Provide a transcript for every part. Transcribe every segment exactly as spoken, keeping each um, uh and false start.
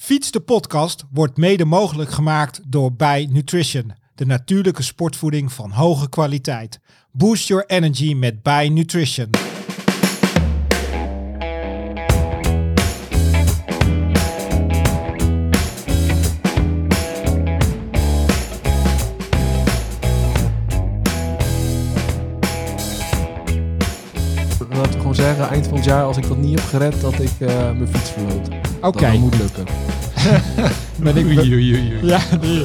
Fiets de podcast wordt mede mogelijk gemaakt door Bij Nutrition. De natuurlijke sportvoeding van hoge kwaliteit. Boost your energy met Bij Nutrition. Laten we gewoon zeggen, eind van het jaar, als ik dat niet heb gered, dat ik uh, mijn fiets verloot. Oké. Okay. Dat moet lukken. Ben ik... Oei, oei, oei, oei. Ja, die...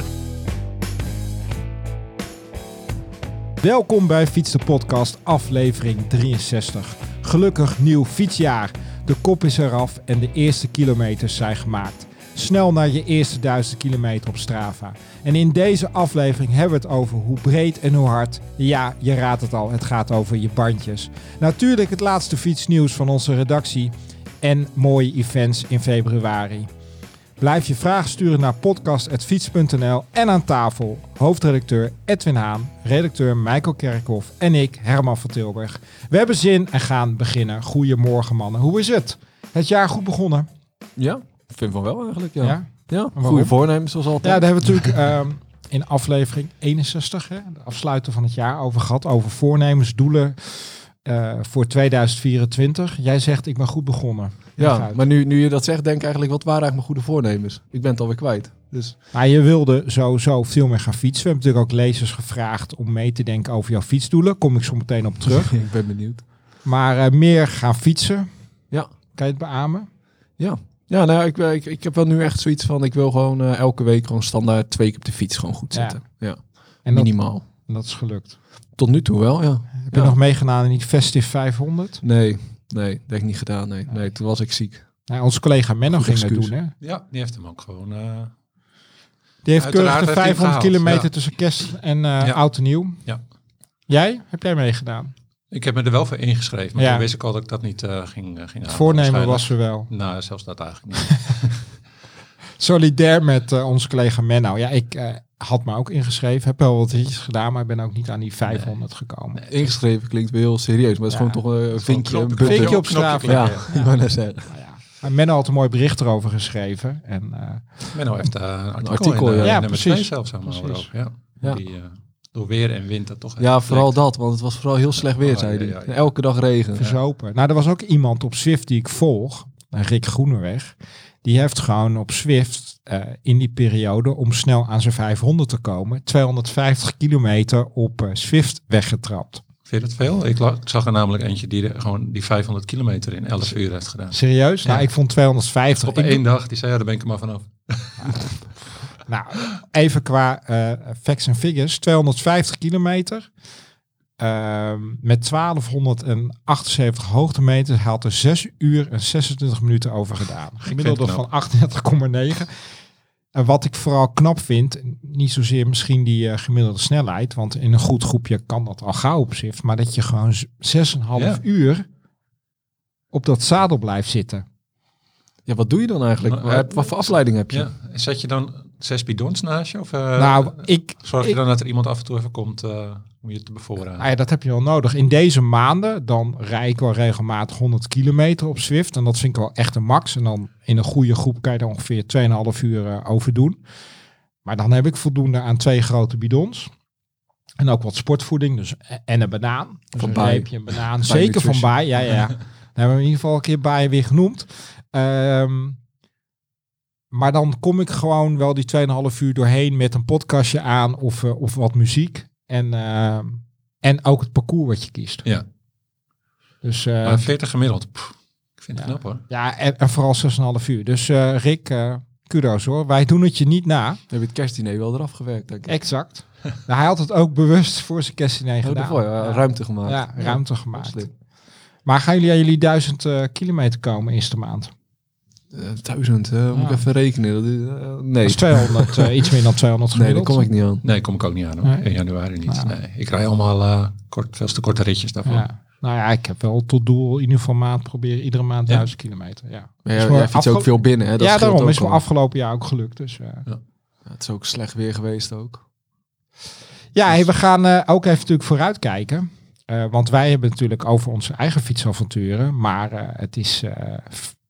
Welkom bij Fiets de podcast, aflevering drieënzestig. Gelukkig nieuw fietsjaar. De kop is eraf en de eerste kilometers zijn gemaakt. Snel naar je eerste duizend kilometer op Strava. En in deze aflevering hebben we het over hoe breed en hoe hard. Ja, je raadt het al, het gaat over je bandjes. Natuurlijk het laatste fietsnieuws van onze redactie en mooie events in februari. Blijf je vragen sturen naar podcast punt fiets punt n l en aan tafel hoofdredacteur Edwin Haan, redacteur Michael Kerkhoff en ik, Herman van Tilburg. We hebben zin en gaan beginnen. Goedemorgen mannen, hoe is het? Het jaar goed begonnen? Ja, ik vind van wel eigenlijk. Ja, Ja? ja goede voornemens zoals altijd. Ja, daar hebben we natuurlijk um, in aflevering eenenzestig, hè, de afsluiter van het jaar, over gehad. Over voornemens, doelen uh, voor tweeduizend vierentwintig. Jij zegt, ik ben goed begonnen. Ja, maar nu, nu je dat zegt, denk ik eigenlijk, wat waren eigenlijk mijn goede voornemens? Ik ben het alweer kwijt. Dus. Maar je wilde sowieso veel meer gaan fietsen. We hebben natuurlijk ook lezers gevraagd om mee te denken over jouw fietsdoelen. Kom ik zo meteen op terug. Ik ben benieuwd. Maar uh, meer gaan fietsen. Ja. Kan je het beamen? Ja. Ja, nou, ik, ik, ik heb wel nu echt zoiets van, ik wil gewoon uh, elke week gewoon standaard twee keer op de fiets gewoon goed zitten. Ja. ja. En minimaal. Dat, en dat is gelukt. Tot nu toe wel, ja. Heb je ja. nog meegedaan in die Festive vijfhonderd? Nee, nee, dat heb ik niet gedaan. Nee, nee toen was ik ziek. Nou, onze collega Menno Goed ging dat excuus. doen, hè? Ja, die heeft hem ook gewoon... Uh... Die heeft keurig de vijfhonderd kilometer ja. tussen kerst en uh, ja. oud en nieuw. Ja. Jij? Heb jij meegedaan? Ik heb me er wel voor ingeschreven, maar ja. toen wist ik al dat ik dat niet uh, ging, uh, ging Het voornemen was er wel. Nou, zelfs dat eigenlijk niet. Solidair met uh, onze collega Menno. Ja, ik uh, had me ook ingeschreven. Heb wel wat ritjes gedaan, maar ik ben ook niet aan die vijfhonderd nee. gekomen. Nee, ingeschreven klinkt weer heel serieus, maar het is ja. gewoon toch een vinkje. Een vinkje op Strava. Ja, ik wou net zeggen. Nou ja. Maar Menno had een mooi bericht erover geschreven. En, uh, Menno heeft uh, een artikel, artikel in, uh, ja, in precies. twee zelfs allemaal over. Ja. Ja. Die, uh, door weer en wind dat toch. Ja, vooral lekt. Dat, want het was vooral heel slecht weer, oh, zei hij. Ja, ja, ja. Elke dag regen. Verzopen. Ja. Nou, er was ook iemand op Zwift die ik volg, Rick Groeneweg. Die heeft gewoon op Zwift uh, in die periode, om snel aan zijn vijfhonderd te komen, tweehonderdvijftig kilometer op uh, Zwift weggetrapt. Vind je dat veel? Ik, la- ik zag er namelijk eentje die de, gewoon die vijfhonderd kilometer in elf uur heeft gedaan. Serieus? Ja. Nou, ik vond tweehonderdvijftig. Op één dag, die zei, ja, daar ben ik er maar vanaf. Nou, even qua uh, facts en figures. tweehonderdvijftig kilometer. Uh, met twaalfhonderdachtenzeventig hoogtemeters haalt er zes uur en zesentwintig minuten over gedaan. Gemiddelde van achtendertig komma negen. En wat ik vooral knap vind, niet zozeer misschien die uh, gemiddelde snelheid, want in een goed groepje kan dat al gauw op zich, maar dat je gewoon zes en een half ja. uur op dat zadel blijft zitten. Ja, wat doe je dan eigenlijk? Maar, uh, wat voor afleiding heb je? Ja. Zet je dan zes bidons naast je? Of uh, nou, ik, zorg je ik, dan dat er iemand af en toe even komt uh, om je te bevoorraden? Ah ja, dat heb je wel nodig. In deze maanden, dan rijd ik wel regelmatig honderd kilometer op Zwift. En dat vind ik wel echt een max. En dan in een goede groep kan je er ongeveer twee komma vijf uur uh, over doen. Maar dan heb ik voldoende aan twee grote bidons. En ook wat sportvoeding. Dus, en een banaan. Dus van een Baai. reepje, een banaan. Zeker van Baai. Ja, ja. Dan hebben we in ieder geval een keer Baai weer genoemd. Um, maar dan kom ik gewoon wel die twee komma vijf uur doorheen met een podcastje aan of, uh, of wat muziek. En, uh, en ook het parcours wat je kiest. Ja. Dus, uh, maar veertig gemiddeld. Pff, ik vind het ja. knap hoor. Ja, en, en vooral zes komma vijf uur. Dus uh, Rick, uh, kudos hoor. Wij doen het je niet na. We hebben het kerstdiner wel eraf gewerkt, denk ik. Exact. Nou, hij had het ook bewust voor zijn kerstdiner oh, gedaan. Voor, ja, ja. Ruimte gemaakt. Ja, ja. ruimte gemaakt. Maar gaan jullie aan jullie duizend uh, kilometer komen eerste maand? Uh, duizend, uh, moet ja. ik even rekenen. Dat is, uh, nee. Dat is tweehonderd, uh, iets meer dan tweehonderd gemiddeld. Nee, daar kom ik niet aan. Nee, kom ik ook niet aan hoor. Nee. In januari niet. Nou. Nee, ik rij allemaal uh, kort, veel te korte ritjes daarvan. Ja. Nou ja, ik heb wel tot doel in ieder geval maand proberen iedere maand ja. duizend kilometer. Ja, maar ja, jij fietst ook veel binnen. Hè? Dat ja, daarom is me al. afgelopen jaar ook gelukt. Dus, uh. ja. Ja, het is ook slecht weer geweest ook. Ja, hey, we gaan uh, ook even natuurlijk vooruitkijken. Uh, want wij hebben natuurlijk over onze eigen fietsavonturen. Maar uh, het is uh, f-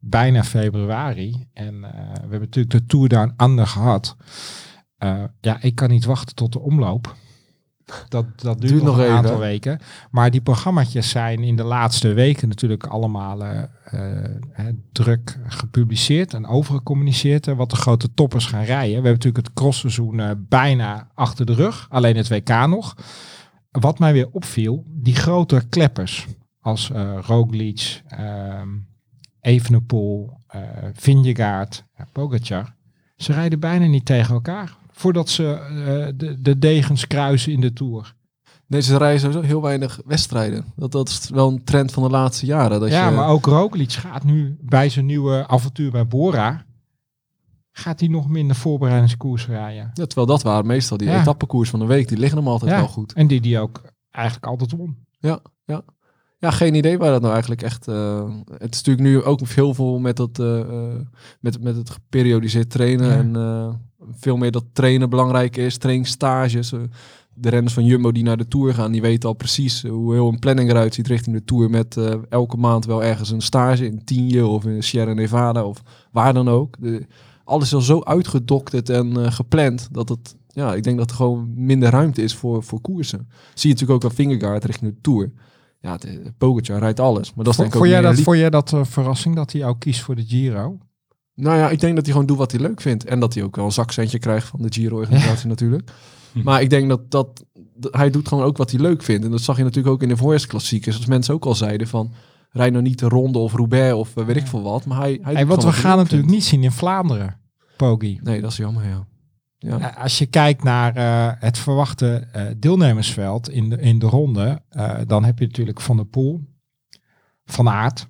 bijna februari. En uh, we hebben natuurlijk de Tour Down Under gehad. Uh, ja, ik kan niet wachten tot de omloop. Dat, dat duurt, duurt nog, nog een even, aantal weken. Maar die programma's zijn in de laatste weken natuurlijk allemaal uh, uh, druk gepubliceerd en overgecommuniceerd. Uh, wat de grote toppers gaan rijden. We hebben natuurlijk het crossseizoen uh, bijna achter de rug. Alleen het W K nog. Wat mij weer opviel, die grote kleppers als uh, Roglic, uh, Evenepoel, uh, Vingegaard, uh, Pogacar. Ze rijden bijna niet tegen elkaar. Voordat ze uh, de, de degens kruisen in de Tour. Nee, ze rijden sowieso heel weinig wedstrijden. Dat, dat is wel een trend van de laatste jaren. Dat ja, je... maar ook Roglic gaat nu bij zijn nieuwe avontuur bij Bora. Gaat hij nog minder voorbereidingskoers rijden. Ja, terwijl dat waren meestal die ja. etappekoers van de week. Die liggen hem altijd ja. wel goed. En die die ook eigenlijk altijd won. Ja, ja. Ja, geen idee waar dat nou eigenlijk echt... Uh, het is natuurlijk nu ook heel veel met, dat, uh, uh, met, met het geperiodiseerd trainen. Ja. En uh, veel meer dat trainen belangrijk is. Trainingsstages. Uh, de renners van Jumbo die naar de Tour gaan, die weten al precies hoe heel een planning eruit ziet richting de Tour. Met uh, elke maand wel ergens een stage in Tienje of in Sierra Nevada of waar dan ook. De, alles is al zo uitgedokterd en uh, gepland dat het... Ja, ik denk dat er gewoon minder ruimte is voor, voor koersen. Zie je natuurlijk ook aan Vingegaard richting de Tour. Ja, de Pogacar rijdt alles. Maar dat is denk ik ook voor, jij dat, voor jij dat uh, verrassing dat hij ook kiest voor de Giro? Nou ja, ik denk dat hij gewoon doet wat hij leuk vindt. En dat hij ook wel een zakcentje krijgt van de Giro-organisatie ja. natuurlijk. Hm. Maar ik denk dat, dat, dat hij doet gewoon ook wat hij leuk vindt. En dat zag je natuurlijk ook in de voorjaarsklassiekers. Als mensen ook al zeiden van... Rijd nou niet de Ronde of Roubaix of uh, weet ik veel wat. Maar hij, hij hey, wat we wat gaan natuurlijk vindt. niet zien in Vlaanderen, Poggi. Nee, dat is jammer, ja. Ja. Als je kijkt naar uh, het verwachte uh, deelnemersveld in de, in de ronde, uh, dan heb je natuurlijk Van der Poel, Van Aert,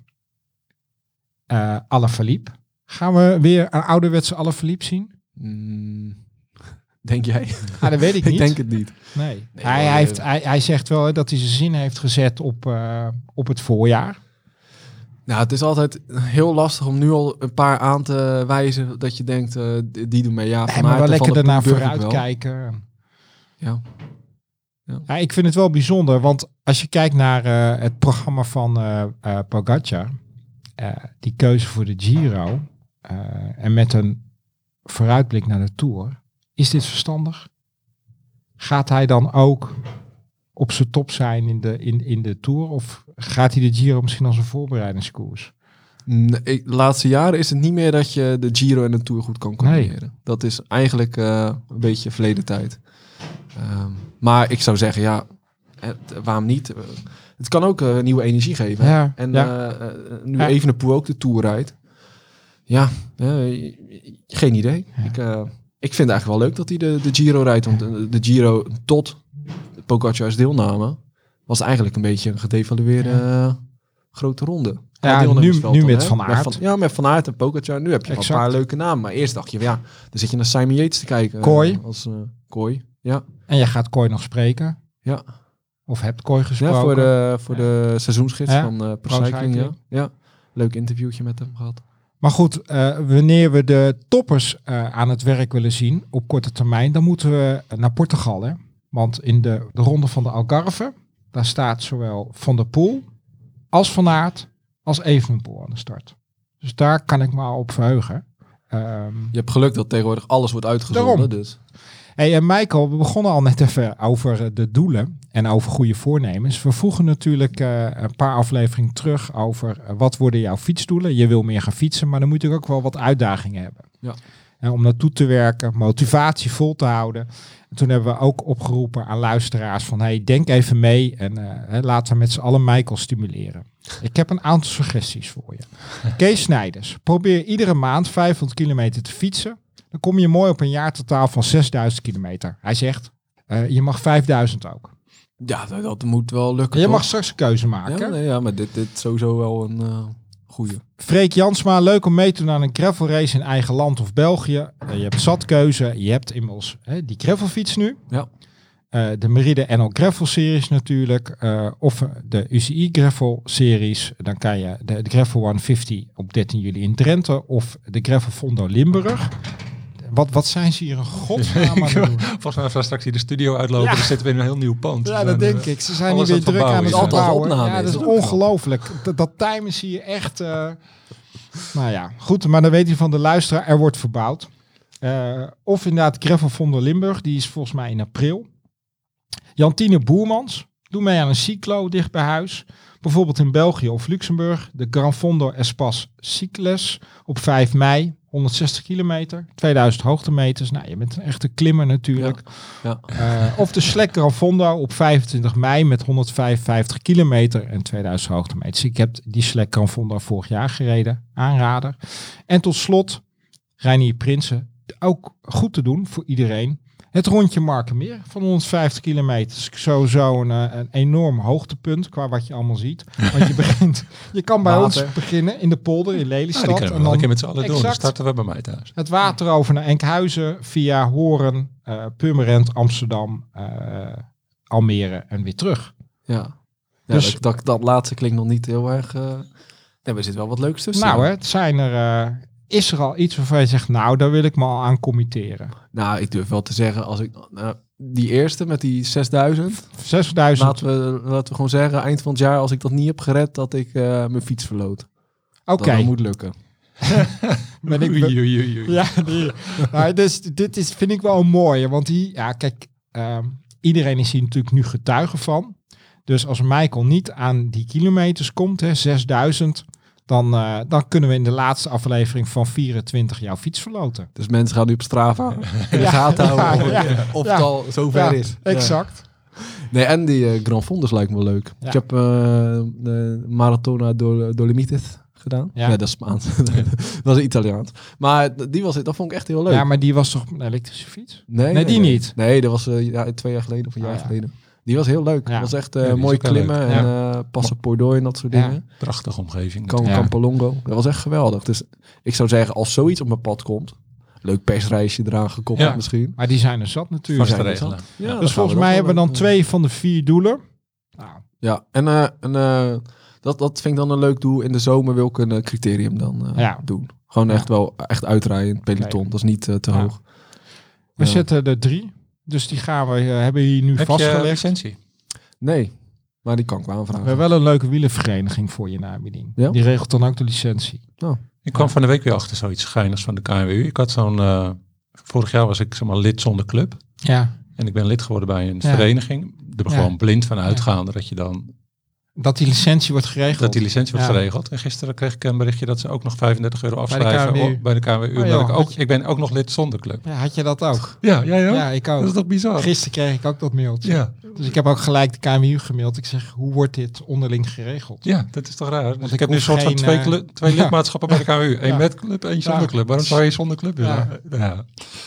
uh, Alaphilippe. Gaan we weer een ouderwetse Alaphilippe zien? Mm, denk jij? Ah, dat weet ik niet. Ik denk het niet. Nee. nee hij, hij, heeft, hij, hij zegt wel dat hij zijn zin heeft gezet op, uh, op het voorjaar. Nou, het is altijd heel lastig om nu al een paar aan te wijzen dat je denkt, uh, die doen mee. Ja, nee, maar wel lekker ernaar vooruit kijken. Ja. Ja. ja, ik vind het wel bijzonder, want als je kijkt naar uh, het programma van uh, uh, Pogacar, uh, die keuze voor de Giro uh, en met een vooruitblik naar de Tour, is dit verstandig? Gaat hij dan ook op zijn top zijn in de, in, in de Tour? Of gaat hij de Giro misschien als een voorbereidingskoers? Nee, de laatste jaren is het niet meer dat je de Giro en de Tour goed kan combineren. Nee. Dat is eigenlijk uh, een beetje verleden tijd. Um, maar ik zou zeggen, ja, het, waarom niet? Uh, het kan ook uh, nieuwe energie geven. Ja, en ja. Uh, uh, nu ja. Evenepoel ook de Tour rijdt. Ja, uh, geen idee. Ja. Ik, uh, ik vind het eigenlijk wel leuk dat hij de, de Giro rijdt. Want de, de Giro tot Pogacar's deelname was eigenlijk een beetje een gedevalueerde uh, grote ronde. Ja, nu, nu dan, met Van Aert. Met van, ja, met Van Aert en Pogacar. Nu heb je exact. Een paar leuke namen. Maar eerst dacht je, ja, dan zit je naar Simon Yates te kijken. Kooi. Uh, als uh, Kooi, ja. En je gaat Kooi nog spreken. Ja. Of hebt Kooi gesproken. Ja, voor de, voor ja. de seizoensgids ja. van uh, Pro Cycling. Ja. ja, leuk interviewtje met hem gehad. Maar goed, uh, wanneer we de toppers uh, aan het werk willen zien op korte termijn, dan moeten we naar Portugal, hè. Want in de, de ronde van de Algarve, daar staat zowel Van der Poel als Van Aert als Evenepoel aan de start. Dus daar kan ik me al op verheugen. Um, Je hebt geluk dat tegenwoordig alles wordt uitgezonden. Dus. Hey, en Michael, we begonnen al net even over de doelen en over goede voornemens. We vroegen natuurlijk uh, een paar afleveringen terug over uh, wat worden jouw fietsdoelen. Je wil meer gaan fietsen, maar dan moet je ook wel wat uitdagingen hebben. Ja. En om naartoe te werken, motivatie vol te houden. En toen hebben we ook opgeroepen aan luisteraars van, hey, denk even mee en uh, laten we met z'n allen Michael stimuleren. Ik heb een aantal suggesties voor je. Kees Snijders, probeer iedere maand vijfhonderd kilometer te fietsen. Dan kom je mooi op een jaartotaal van zesduizend kilometer. Hij zegt, uh, je mag vijfduizend ook. Ja, dat, dat moet wel lukken. Je toch? mag straks een keuze maken. Ja, nee, ja maar dit, dit is sowieso wel een uh, goeie. Freek Jansma, leuk om mee te doen aan een gravel race in eigen land of België. Uh, je hebt zat keuze. Je hebt immers hè, die gravelfiets nu. Ja. Uh, de Meride N L Gravel Series natuurlijk. Uh, of de U C I Gravel Series. Dan kan je de, de Gravel honderdvijftig op dertien juli in Drenthe. Of de Gravel Fondo Limburg. wat, wat zijn ze hier een godsnaam aan het doen? Volgens mij als we straks hier de studio uitlopen, Ja. dan zitten we in een heel nieuw pand. Ja, We dat zijn, denk eh, ik. Ze zijn alles niet weer aan het druk aan het verbouwen, ja. opbouwen. Altijd Ja, opname dat is is ook ongelooflijk. Dat, dat timen zie je echt... Uh... Nou ja, goed. Maar dan weet je van de luisteraar, er wordt verbouwd. Uh, of inderdaad Greffel von der Limburg, die is volgens mij in april. Jantine Boermans, doe mee aan een cyclo dicht bij huis. Bijvoorbeeld in België of Luxemburg. De Grand Fondo Espace Cycles op vijf mei, honderdzestig kilometer, tweeduizend hoogtemeters. Nou, je bent een echte klimmer natuurlijk. Ja. Uh, of de Slek Grand Fondo op vijfentwintig mei met honderdvijfenvijftig kilometer en tweeduizend hoogtemeters. Ik heb die Slek Grand Fondo vorig jaar gereden, aanrader. En tot slot, Reinier Prinsen, ook goed te doen voor iedereen. Het rondje Markermeer van honderdvijftig kilometer. Sowieso een, een enorm hoogtepunt qua wat je allemaal ziet. Want je begint, je kan bij Water. ons beginnen in de polder in Ja, Lelystad. die kunnen we en wel een keer dan met z'n allen doen. Dan exact starten we bij mij thuis. het water over naar Enkhuizen via Hoorn, uh, Purmerend, Amsterdam, uh, Almere en weer terug. Ja, ja Dus- dat, dat, dat laatste klinkt nog niet heel erg... Uh... Nee, maar er zit wel wat leuks tussen. Nou, hè, het zijn er. Uh, is er al iets waarvan je zegt, nou, daar wil ik me al aan committeren? Nou, ik durf wel te zeggen, als ik nou, die eerste met die zesduizend, zesduizend. laten we, laten we gewoon zeggen, eind van het jaar, als ik dat niet heb gered, dat ik uh, mijn fiets verloot. Oké. Dat moet lukken. Ben ik Oei, oei, oei, oei. Ja, die, nou, dus dit is, vind ik wel een mooie. Want die, ja, kijk, uh, iedereen is hier natuurlijk nu getuige van. Dus als Michael niet aan die kilometers komt, hè, zesduizend, dan, uh, dan kunnen we in de laatste aflevering van vierentwintig jouw fiets verloten. Dus mensen gaan nu op Strava in de Ja, gaten houden ja, of, ja. of Ja. het al zover Ja, is. exact. Ja. Nee, en die uh, Grand Fondos lijkt me wel leuk. Ja. Ik heb uh, de Maratona Dol- Dolomites gedaan. Ja. Ja, dat is Spaans. dat is Italiaans. Maar die was, dat vond ik echt heel leuk. Ja, maar die was toch een elektrische fiets? Nee, Nee, die niet. Nee, dat was uh, ja, twee jaar geleden of een jaar Ah, ja. geleden. Die was heel leuk. Ja. Dat was echt uh, Ja, die is mooi ook heel klimmen leuk. en uh, passen Pordoi en dat soort Ja. dingen. Prachtige omgeving. Cam- Ja. Campolongo. Dat was echt geweldig. Dus ik zou zeggen, als zoiets op mijn pad komt, leuk persreisje eraan gekoppeld Ja. misschien. Maar die zijn er zat natuurlijk. Vast te zijn regelen. Ja, Ja. Dus volgens mij hebben we dan twee van de vier doelen. Nou, Ja, en, uh, en uh, dat, dat vind ik dan een leuk doel. In de zomer wil ik een uh, criterium dan uh, Ja. doen. Gewoon Ja. echt wel echt uitrijden in het peloton. Oké. Dat is niet uh, te Ja. hoog. we Ja. zetten er drie. Dus die gaan we, uh, hebben hier nu Heb je vastgelegd. licentie? Nee, maar die kan ik wel We aanvragen. hebben wel een leuke wielenvereniging voor je nabieding. Ja? Die regelt dan ook de licentie. Ik kwam van de week weer achter zoiets geinigs van de K N W U. Ik had zo'n... Uh, vorig jaar was ik zeg maar lid zonder club. Ja, En ik ben lid geworden bij een Ja. vereniging. Er Ja. gewoon blind van uitgaande dat je dan... dat die licentie wordt geregeld. Dat die licentie wordt Ja. geregeld. En gisteren kreeg ik een berichtje dat ze ook nog vijfendertig euro de afschrijven K N W U. op- bij de K N W U. Oh, omdat joh, ik, ook, had je- ik ben ook nog lid zonder club. Ja, had je dat ook? Ja, jij Ja, ook? ik ook. Dat is toch bizar? Gisteren kreeg ik ook dat mailtje. Ja. Dus ik heb ook gelijk de K N W U gemaild. Ik zeg, hoe wordt dit onderling geregeld? Ja, dat is toch raar. Dus Want ik, ik heb nu een hoef soort van geen, twee, eh, clu- twee ja. lidmaatschappen bij de K N W U. Eén Ja. met club, één zonder Ja. club. Waarom zou je zonder club willen? Ja. Ja.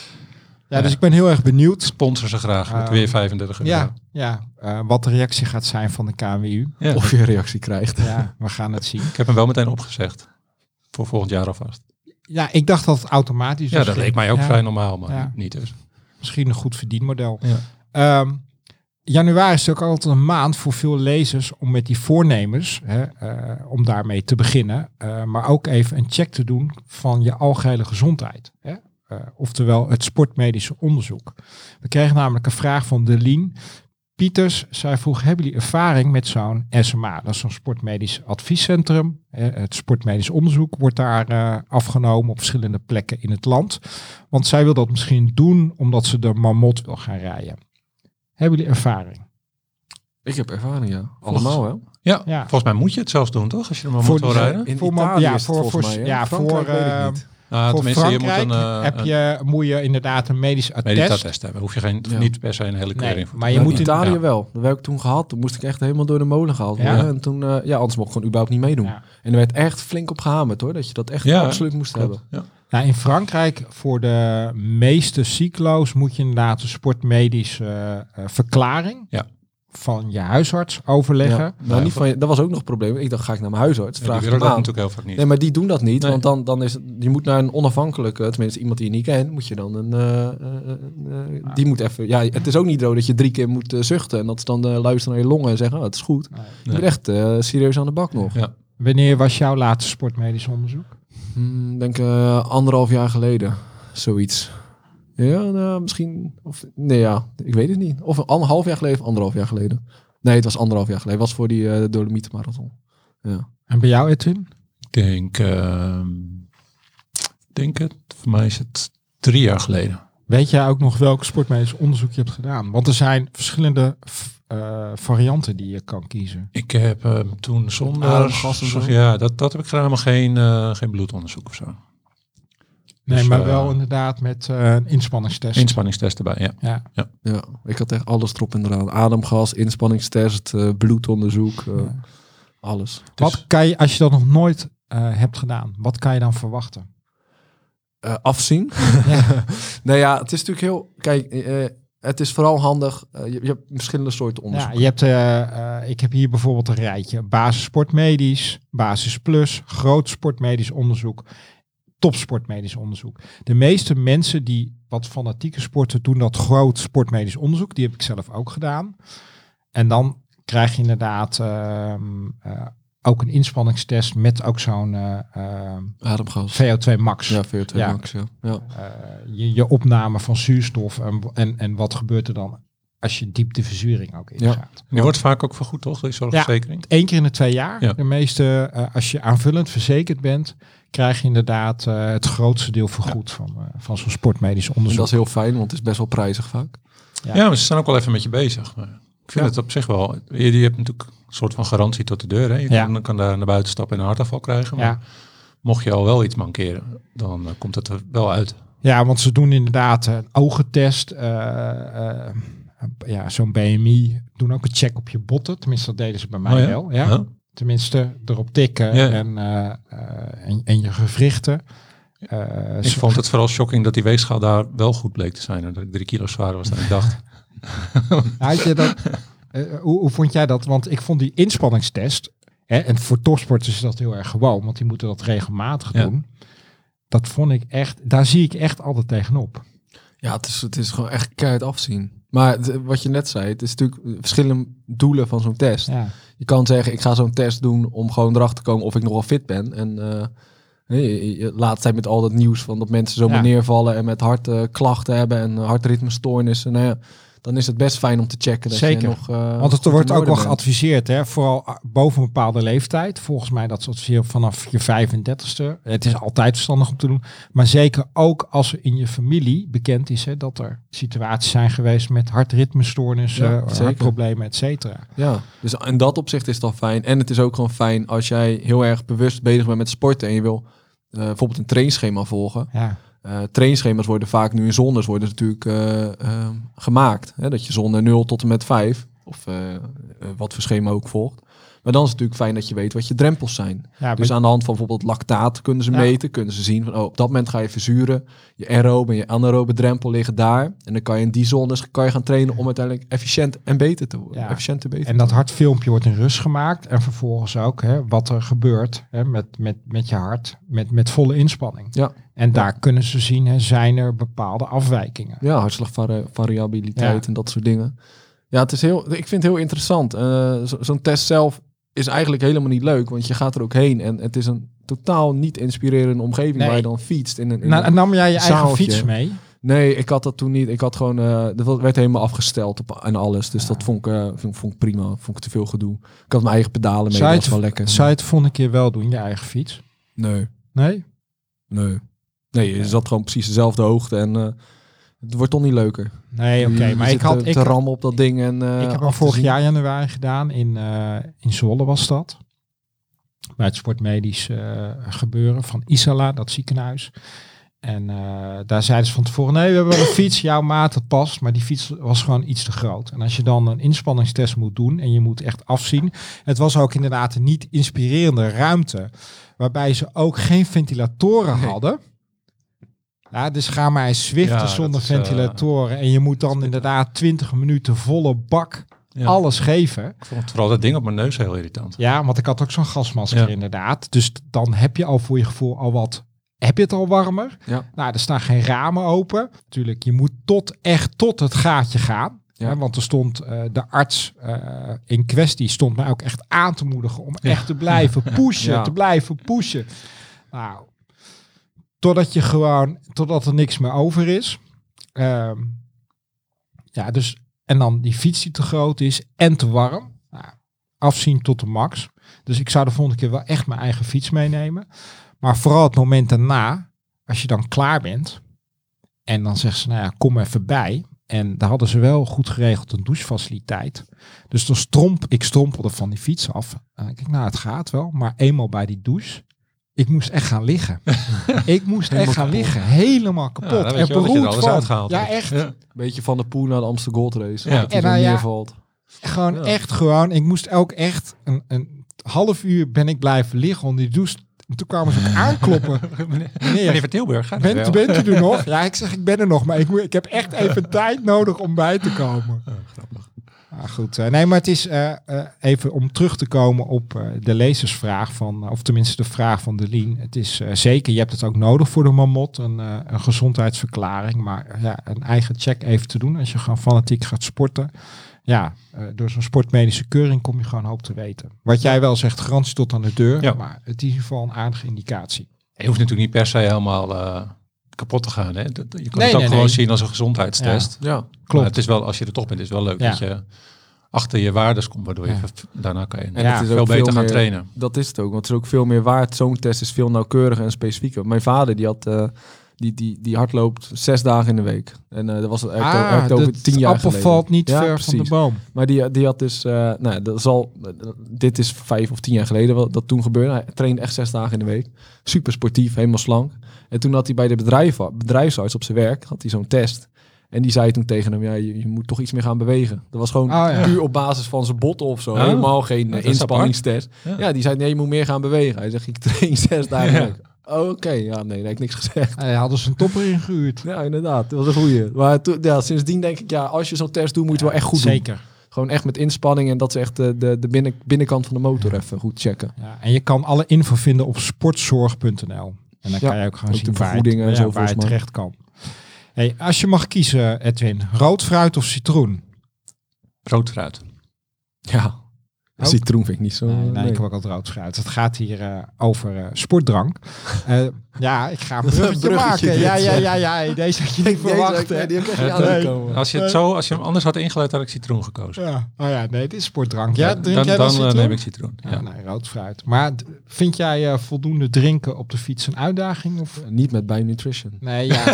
Ja, dus ik ben heel erg benieuwd. Sponsor ze graag met Uh, weer vijfendertig euro. Ja, ja uh, wat de reactie gaat zijn van de K N W U. Ja. Of je een reactie krijgt. Ja, we gaan het zien. Ik heb hem wel meteen opgezegd. Voor volgend jaar alvast. Ja, ik dacht dat het automatisch Ja, was. dat leek mij ook Ja, vrij normaal, maar Ja. niet dus. Misschien een goed verdienmodel. Ja. Um, januari is ook altijd een maand voor veel lezers om met die voornemens, hè, uh, om daarmee te beginnen. Uh, maar ook even een check te doen van je algehele gezondheid. Hè? Uh, oftewel het sportmedische onderzoek. We kregen namelijk een vraag van Delien Pieters. Zij vroeg, hebben jullie ervaring met zo'n S M A? Dat is zo'n sportmedisch adviescentrum. Hè? Het sportmedisch onderzoek wordt daar uh, afgenomen op verschillende plekken in het land. Want zij wil dat misschien doen omdat ze de Marmot wil gaan rijden. Hebben jullie ervaring? Ik heb ervaring, ja. Allemaal, hè? Ja, Ja. volgens mij moet je het zelfs doen, toch? Als je er maar Voor moet wel die- rijden. In Voor Italië ma- ja, is het voor- volgens voor- mij, hè? ja, Frankrijk voor, weet ik uh, niet. Nou, Voor tenminste, je moet Frankrijk een, uh, heb een je, moet je inderdaad een medisch attest. meditattest hebben. Hoef je geen, Ja. niet per se een hele keuring Nee, voor. maar je Ja, moet in in Italië ja. wel. Dat heb ik toen gehad. Toen moest ik echt helemaal door de molen gehaald Ja? worden. En toen, uh, ja, anders mocht ik gewoon überhaupt niet meedoen. Ja. En er werd echt flink op gehamerd, hoor. Dat je dat echt Ja, absoluut moest Klopt, hebben. ja. Nou, in Frankrijk voor de meeste cyclo's moet je inderdaad een sportmedische uh, uh, verklaring Ja. van je huisarts overleggen. Ja. Nou, niet van je, dat was ook nog een probleem. Ik dacht, ga ik naar mijn huisarts? Ja, Vraag die ik willen hem dat aan. natuurlijk heel vaak niet. Nee, maar die doen dat niet. Nee. Want dan, dan is het, je moet naar een onafhankelijke, tenminste iemand die je niet kent, moet je dan een, uh, uh, uh, die moet even, ja, het is ook niet zo dat je drie keer moet uh, zuchten en dat ze dan uh, luisteren naar je longen en zeggen, oh, het is goed. Nee. Je bent echt uh, serieus aan de bak nog. Ja. Wanneer was jouw laatste sportmedisch onderzoek? Hmm, denk uh, anderhalf jaar geleden, zoiets. Ja, nou, misschien. Of, nee, ja, ik weet het niet. Of een anderhalf jaar geleden of anderhalf jaar geleden. Nee, het was anderhalf jaar geleden. Het was voor die uh, Dolomieten Marathon. Ja. En bij jou, Edwin? Ik denk, uh, denk het, voor mij is het drie jaar geleden. Weet jij ook nog welk sportmedisch onderzoek je hebt gedaan? Want er zijn verschillende uh, varianten die je kan kiezen. Ik heb uh, toen zonder... Ademgas en zo? Ja, dat, dat heb ik gedaan, maar geen, uh, geen bloedonderzoek of zo. Nee, dus, maar uh, wel inderdaad met uh, een inspanningstest. Inspanningstest erbij, ja. Ja. ja. Ja, ik had echt alles erop en eraan. Ademgas, inspanningstest, uh, bloedonderzoek, uh, ja. alles. Wat Dus, kan je, als je dat nog nooit uh, hebt gedaan, wat kan je dan verwachten? Uh, afzien. Ja. Nee, ja, het is natuurlijk heel... Kijk, uh, het is vooral handig. Uh, je, je hebt verschillende soorten onderzoek. Ja, je hebt, uh, uh, ik heb hier bijvoorbeeld een rijtje. Basis sportmedisch, basis plus, groot sportmedisch onderzoek, topsportmedisch onderzoek. De meeste mensen die wat fanatieke sporten doen dat groot sportmedisch onderzoek. Die heb ik zelf ook gedaan. En dan krijg je inderdaad uh, uh, ook een inspanningstest met ook zo'n uh, uh, Ademgas. V O twee max. Ja, V O twee Ja. max, ja. ja. Uh, je, je opname van zuurstof en, en, en wat gebeurt er dan als je diepteverzuring ook ingaat. die wordt vaak ook vergoed, toch? Die zorgverzekering? Eén keer in de twee jaar. Ja. De meeste, uh, als je aanvullend verzekerd bent, krijg je inderdaad uh, het grootste deel vergoed ja. van, uh, van zo'n sportmedisch onderzoek. En dat is heel fijn, want het is best wel prijzig vaak. Ja, ja maar ze zijn ook wel even met je bezig. Maar ik vind ja. het op zich wel... Je, je hebt natuurlijk een soort van garantie tot de deur. Hè? Je ja. kan, kan daar naar buiten stappen en een hartaanval krijgen. Maar ja. mocht je al wel iets mankeren, dan uh, komt het er wel uit. Ja, want ze doen inderdaad een ogentest. Uh, uh, ja, zo'n B M I. Doen ook een check op je botten. Tenminste, dat deden ze bij mij oh, ja? wel. Ja. Huh? Tenminste, erop tikken ja. en, uh, uh, en, en je gewrichten. Uh, ik vond het vooral shocking dat die weegschaal daar wel goed bleek te zijn. En dat ik drie kilo zwaarder was dan ik dacht. Had je dat, uh, hoe, hoe vond jij dat? Want ik vond die inspanningstest, hè, en voor topsporters is dat heel erg gewoon, want die moeten dat regelmatig ja. doen. Dat vond ik echt, daar zie ik echt altijd tegenop. Ja, het is, het is gewoon echt keihard afzien. Maar het, wat je net zei, het is natuurlijk verschillende doelen van zo'n test. Ja. Je kan zeggen, ik ga zo'n test doen om gewoon erachter te komen of ik nog wel fit ben. En uh, de laatste tijd met al dat nieuws van dat mensen zomaar ja. neervallen en met hartklachten uh, hebben en hartritmestoornissen. Nou ja, dan is het best fijn om te checken. Dat Zeker, je nog, uh, want het wordt ook wel bent. geadviseerd, hè, vooral boven een bepaalde leeftijd. Volgens mij dat is vanaf je vijfendertigste. Het is altijd verstandig om te doen. Maar zeker ook als er in je familie bekend is, hè, dat er situaties zijn geweest met hartritmestoornissen, ja, hartproblemen, et cetera. Ja, dus in dat opzicht is het al fijn. En het is ook gewoon fijn als jij heel erg bewust bezig bent met sporten en je wil uh, bijvoorbeeld een trainschema volgen. Ja. Uh, trainschema's worden vaak nu in zones worden natuurlijk uh, uh, gemaakt. Hè? Dat je zone nul tot en met vijf, of uh, uh, wat voor schema ook volgt. Maar dan is het natuurlijk fijn dat je weet wat je drempels zijn. Ja, dus aan de hand van bijvoorbeeld lactaat kunnen ze ja. meten. Kunnen ze zien van oh, op dat moment ga je verzuren. Je aerobe en je anaerobe drempel liggen daar. En dan kan je in die zones kan je gaan trainen om uiteindelijk efficiënt en beter te worden. Ja. Efficiënt en beter en dat hartfilmpje wordt in rust gemaakt. En vervolgens ook hè, wat er gebeurt hè, met, met, met je hart. Met, met volle inspanning. Ja. En daar ja. kunnen ze zien, hè, zijn er bepaalde afwijkingen. Ja, hartslagvariabiliteit ja. en dat soort dingen. Ja, het is heel, ik vind het heel interessant. Uh, zo, zo'n test zelf is eigenlijk helemaal niet leuk, want je gaat er ook heen en het is een totaal niet inspirerende omgeving nee. waar je dan fietst. In een, in nou, een nam jij je zaaltje. eigen fiets mee? Nee, ik had dat toen niet. Ik had gewoon, uh, dat werd helemaal afgesteld op, en alles. Dus ja. dat vond ik, uh, vond, vond ik prima. Vond ik te veel gedoe. Ik had mijn eigen pedalen mee, dat was wel lekker. Zou je het volgende keer wel doen, je eigen fiets? Nee. Nee? Nee. Nee, je zat gewoon precies dezelfde hoogte en uh, het wordt toch niet leuker. Nee, oké. Okay, maar ik had... Te, te ik, rammen op dat ding en... Uh, ik heb hem vorig jaar januari gedaan. In, uh, in Zwolle was dat. Bij het sportmedisch uh, gebeuren van Isala, dat ziekenhuis. En uh, daar zeiden ze van tevoren... Nee, we hebben wel een fiets. Jouw maat, dat past. Maar die fiets was gewoon iets te groot. En als je dan een inspanningstest moet doen... En je moet echt afzien... Het was ook inderdaad een niet inspirerende ruimte... Waarbij ze ook geen ventilatoren nee. hadden... Ja, dus ga maar eens zwiften ja, zonder is, ventilatoren. Uh, en je moet dan inderdaad twintig minuten volle bak ja. alles geven. Ik vond vooral dat ding op mijn neus heel irritant. Ja, want ik had ook zo'n gasmasker ja. inderdaad. Dus dan heb je al voor je gevoel al wat... Heb je het al warmer? Ja. Nou, er staan geen ramen open. Natuurlijk, je moet tot echt tot het gaatje gaan. Ja. Hè, want er stond uh, de arts uh, in kwestie stond mij ook echt aan te moedigen... om ja. echt te blijven pushen, ja. te blijven pushen. Nou... Totdat je gewoon, totdat er niks meer over is. Uh, ja, dus en dan die fiets die te groot is en te warm. Nou, afzien tot de max. Dus ik zou de volgende keer wel echt mijn eigen fiets meenemen. Maar vooral het moment daarna, als je dan klaar bent en dan zegt ze, nou ja, kom even bij. En daar hadden ze wel goed geregeld een douchefaciliteit. Dus dan stromp, ik strompelde van die fiets af. En ik denk, nou, het gaat wel. Maar eenmaal bij die douche, ik moest echt gaan liggen. ik moest echt gaan kapot. liggen. Helemaal kapot. Ja, en beroerd van. Uitgehaald ja, echt. Ja. Beetje van de Poel naar de Amsterdam Gold Race. Ja. En nou, ja, valt. Gewoon ja. echt gewoon. Ik moest ook echt een, een half uur ben ik blijven liggen onder die douche. En toen kwamen ze ook aankloppen. Meneer, meneer van Tilburg, gaat bent, wel. bent u er nog? Ja, ik zeg, ik ben er nog. Maar ik, moet, ik heb echt even tijd nodig om bij te komen. Oh, grappig. Ah, goed. Nee, maar het is uh, uh, even om terug te komen op uh, de lezersvraag van, uh, of tenminste de vraag van Delien. Het is uh, zeker, je hebt het ook nodig voor de Marmot, een, uh, een gezondheidsverklaring. Maar uh, ja, een eigen check even te doen als je gewoon fanatiek gaat sporten. Ja, uh, door zo'n sportmedische keuring kom je gewoon hoop te weten. Wat jij wel zegt, garantie tot aan de deur. Ja. Maar het is in ieder geval een aardige indicatie. Je hoeft natuurlijk niet per se helemaal uh, kapot te gaan. Hè? Je kan nee, het ook nee, gewoon nee. zien als een gezondheidstest. Ja, ja klopt. Maar het is wel, als je er toch bent, is het wel leuk ja. dat je achter je waardes komt, waardoor je ja. daarna kan je en ja, het is veel beter veel gaan meer, trainen. Dat is het ook, want het is ook veel meer waard. Zo'n test is veel nauwkeuriger en specifieker. Mijn vader die had... Uh, Die, die, die hardloopt zes dagen in de week. En uh, dat was echt ah, over, over tien jaar appel geleden. valt niet ja, ver precies. van de boom. Maar die, die had dus... Uh, nou, dat zal, uh, dit is vijf of tien jaar geleden wat dat toen gebeurde. Hij trainde echt zes dagen in de week. Super sportief, helemaal slank. En toen had hij bij de bedrijf, bedrijfsarts op zijn werk... had hij zo'n test. En die zei toen tegen hem... ja, je, je moet toch iets meer gaan bewegen. Dat was gewoon oh, ja. puur op basis van zijn botten of zo. Oh. Helemaal geen uh, inspanningstest. Ja. ja, die zei nee, je moet meer gaan bewegen. Hij zegt, ik train zes dagen in de week. Oké, okay, ja, nee, daar heb ik niks gezegd. Hij hadden ze een topper ingehuurd. Ja, inderdaad. Dat was een goeie. Maar to, ja, sindsdien denk ik, ja, als je zo'n test doet, moet je ja, wel echt goed zeker. doen. Gewoon echt met inspanning en dat is echt de, de, de binnen, binnenkant van de motor even goed checken. Ja, en je kan alle info vinden op sportzorg punt n l. En dan ja, kan je ook gewoon ook zien waar het, en zo, ja, waar het terecht kan. Hey, als je mag kiezen, Edwin, rood fruit of citroen? Rood fruit. Ja. Ook? Citroen vind ik niet zo. Nee, nee, nee. Ik heb ook al rood fruit. Het gaat hier uh, over uh, sportdrank. Uh, ja, ik ga een bruggetje, bruggetje maken. Ja, ja, ja, ja. Deze had je niet verwacht. Nee, die heb ik echt niet nee. Als je het zo, als je hem anders had ingeleid, had ik citroen gekozen. Ja. Oh ja, nee, dit is sportdrank. Ja, drink dan jij dan, dan dan neem ik citroen. Ja. Ja, nee, rood fruit. Maar d- vind jij uh, voldoende drinken op de fiets een uitdaging? Of? Uh, niet met Bij Nutrition. Nee, ja.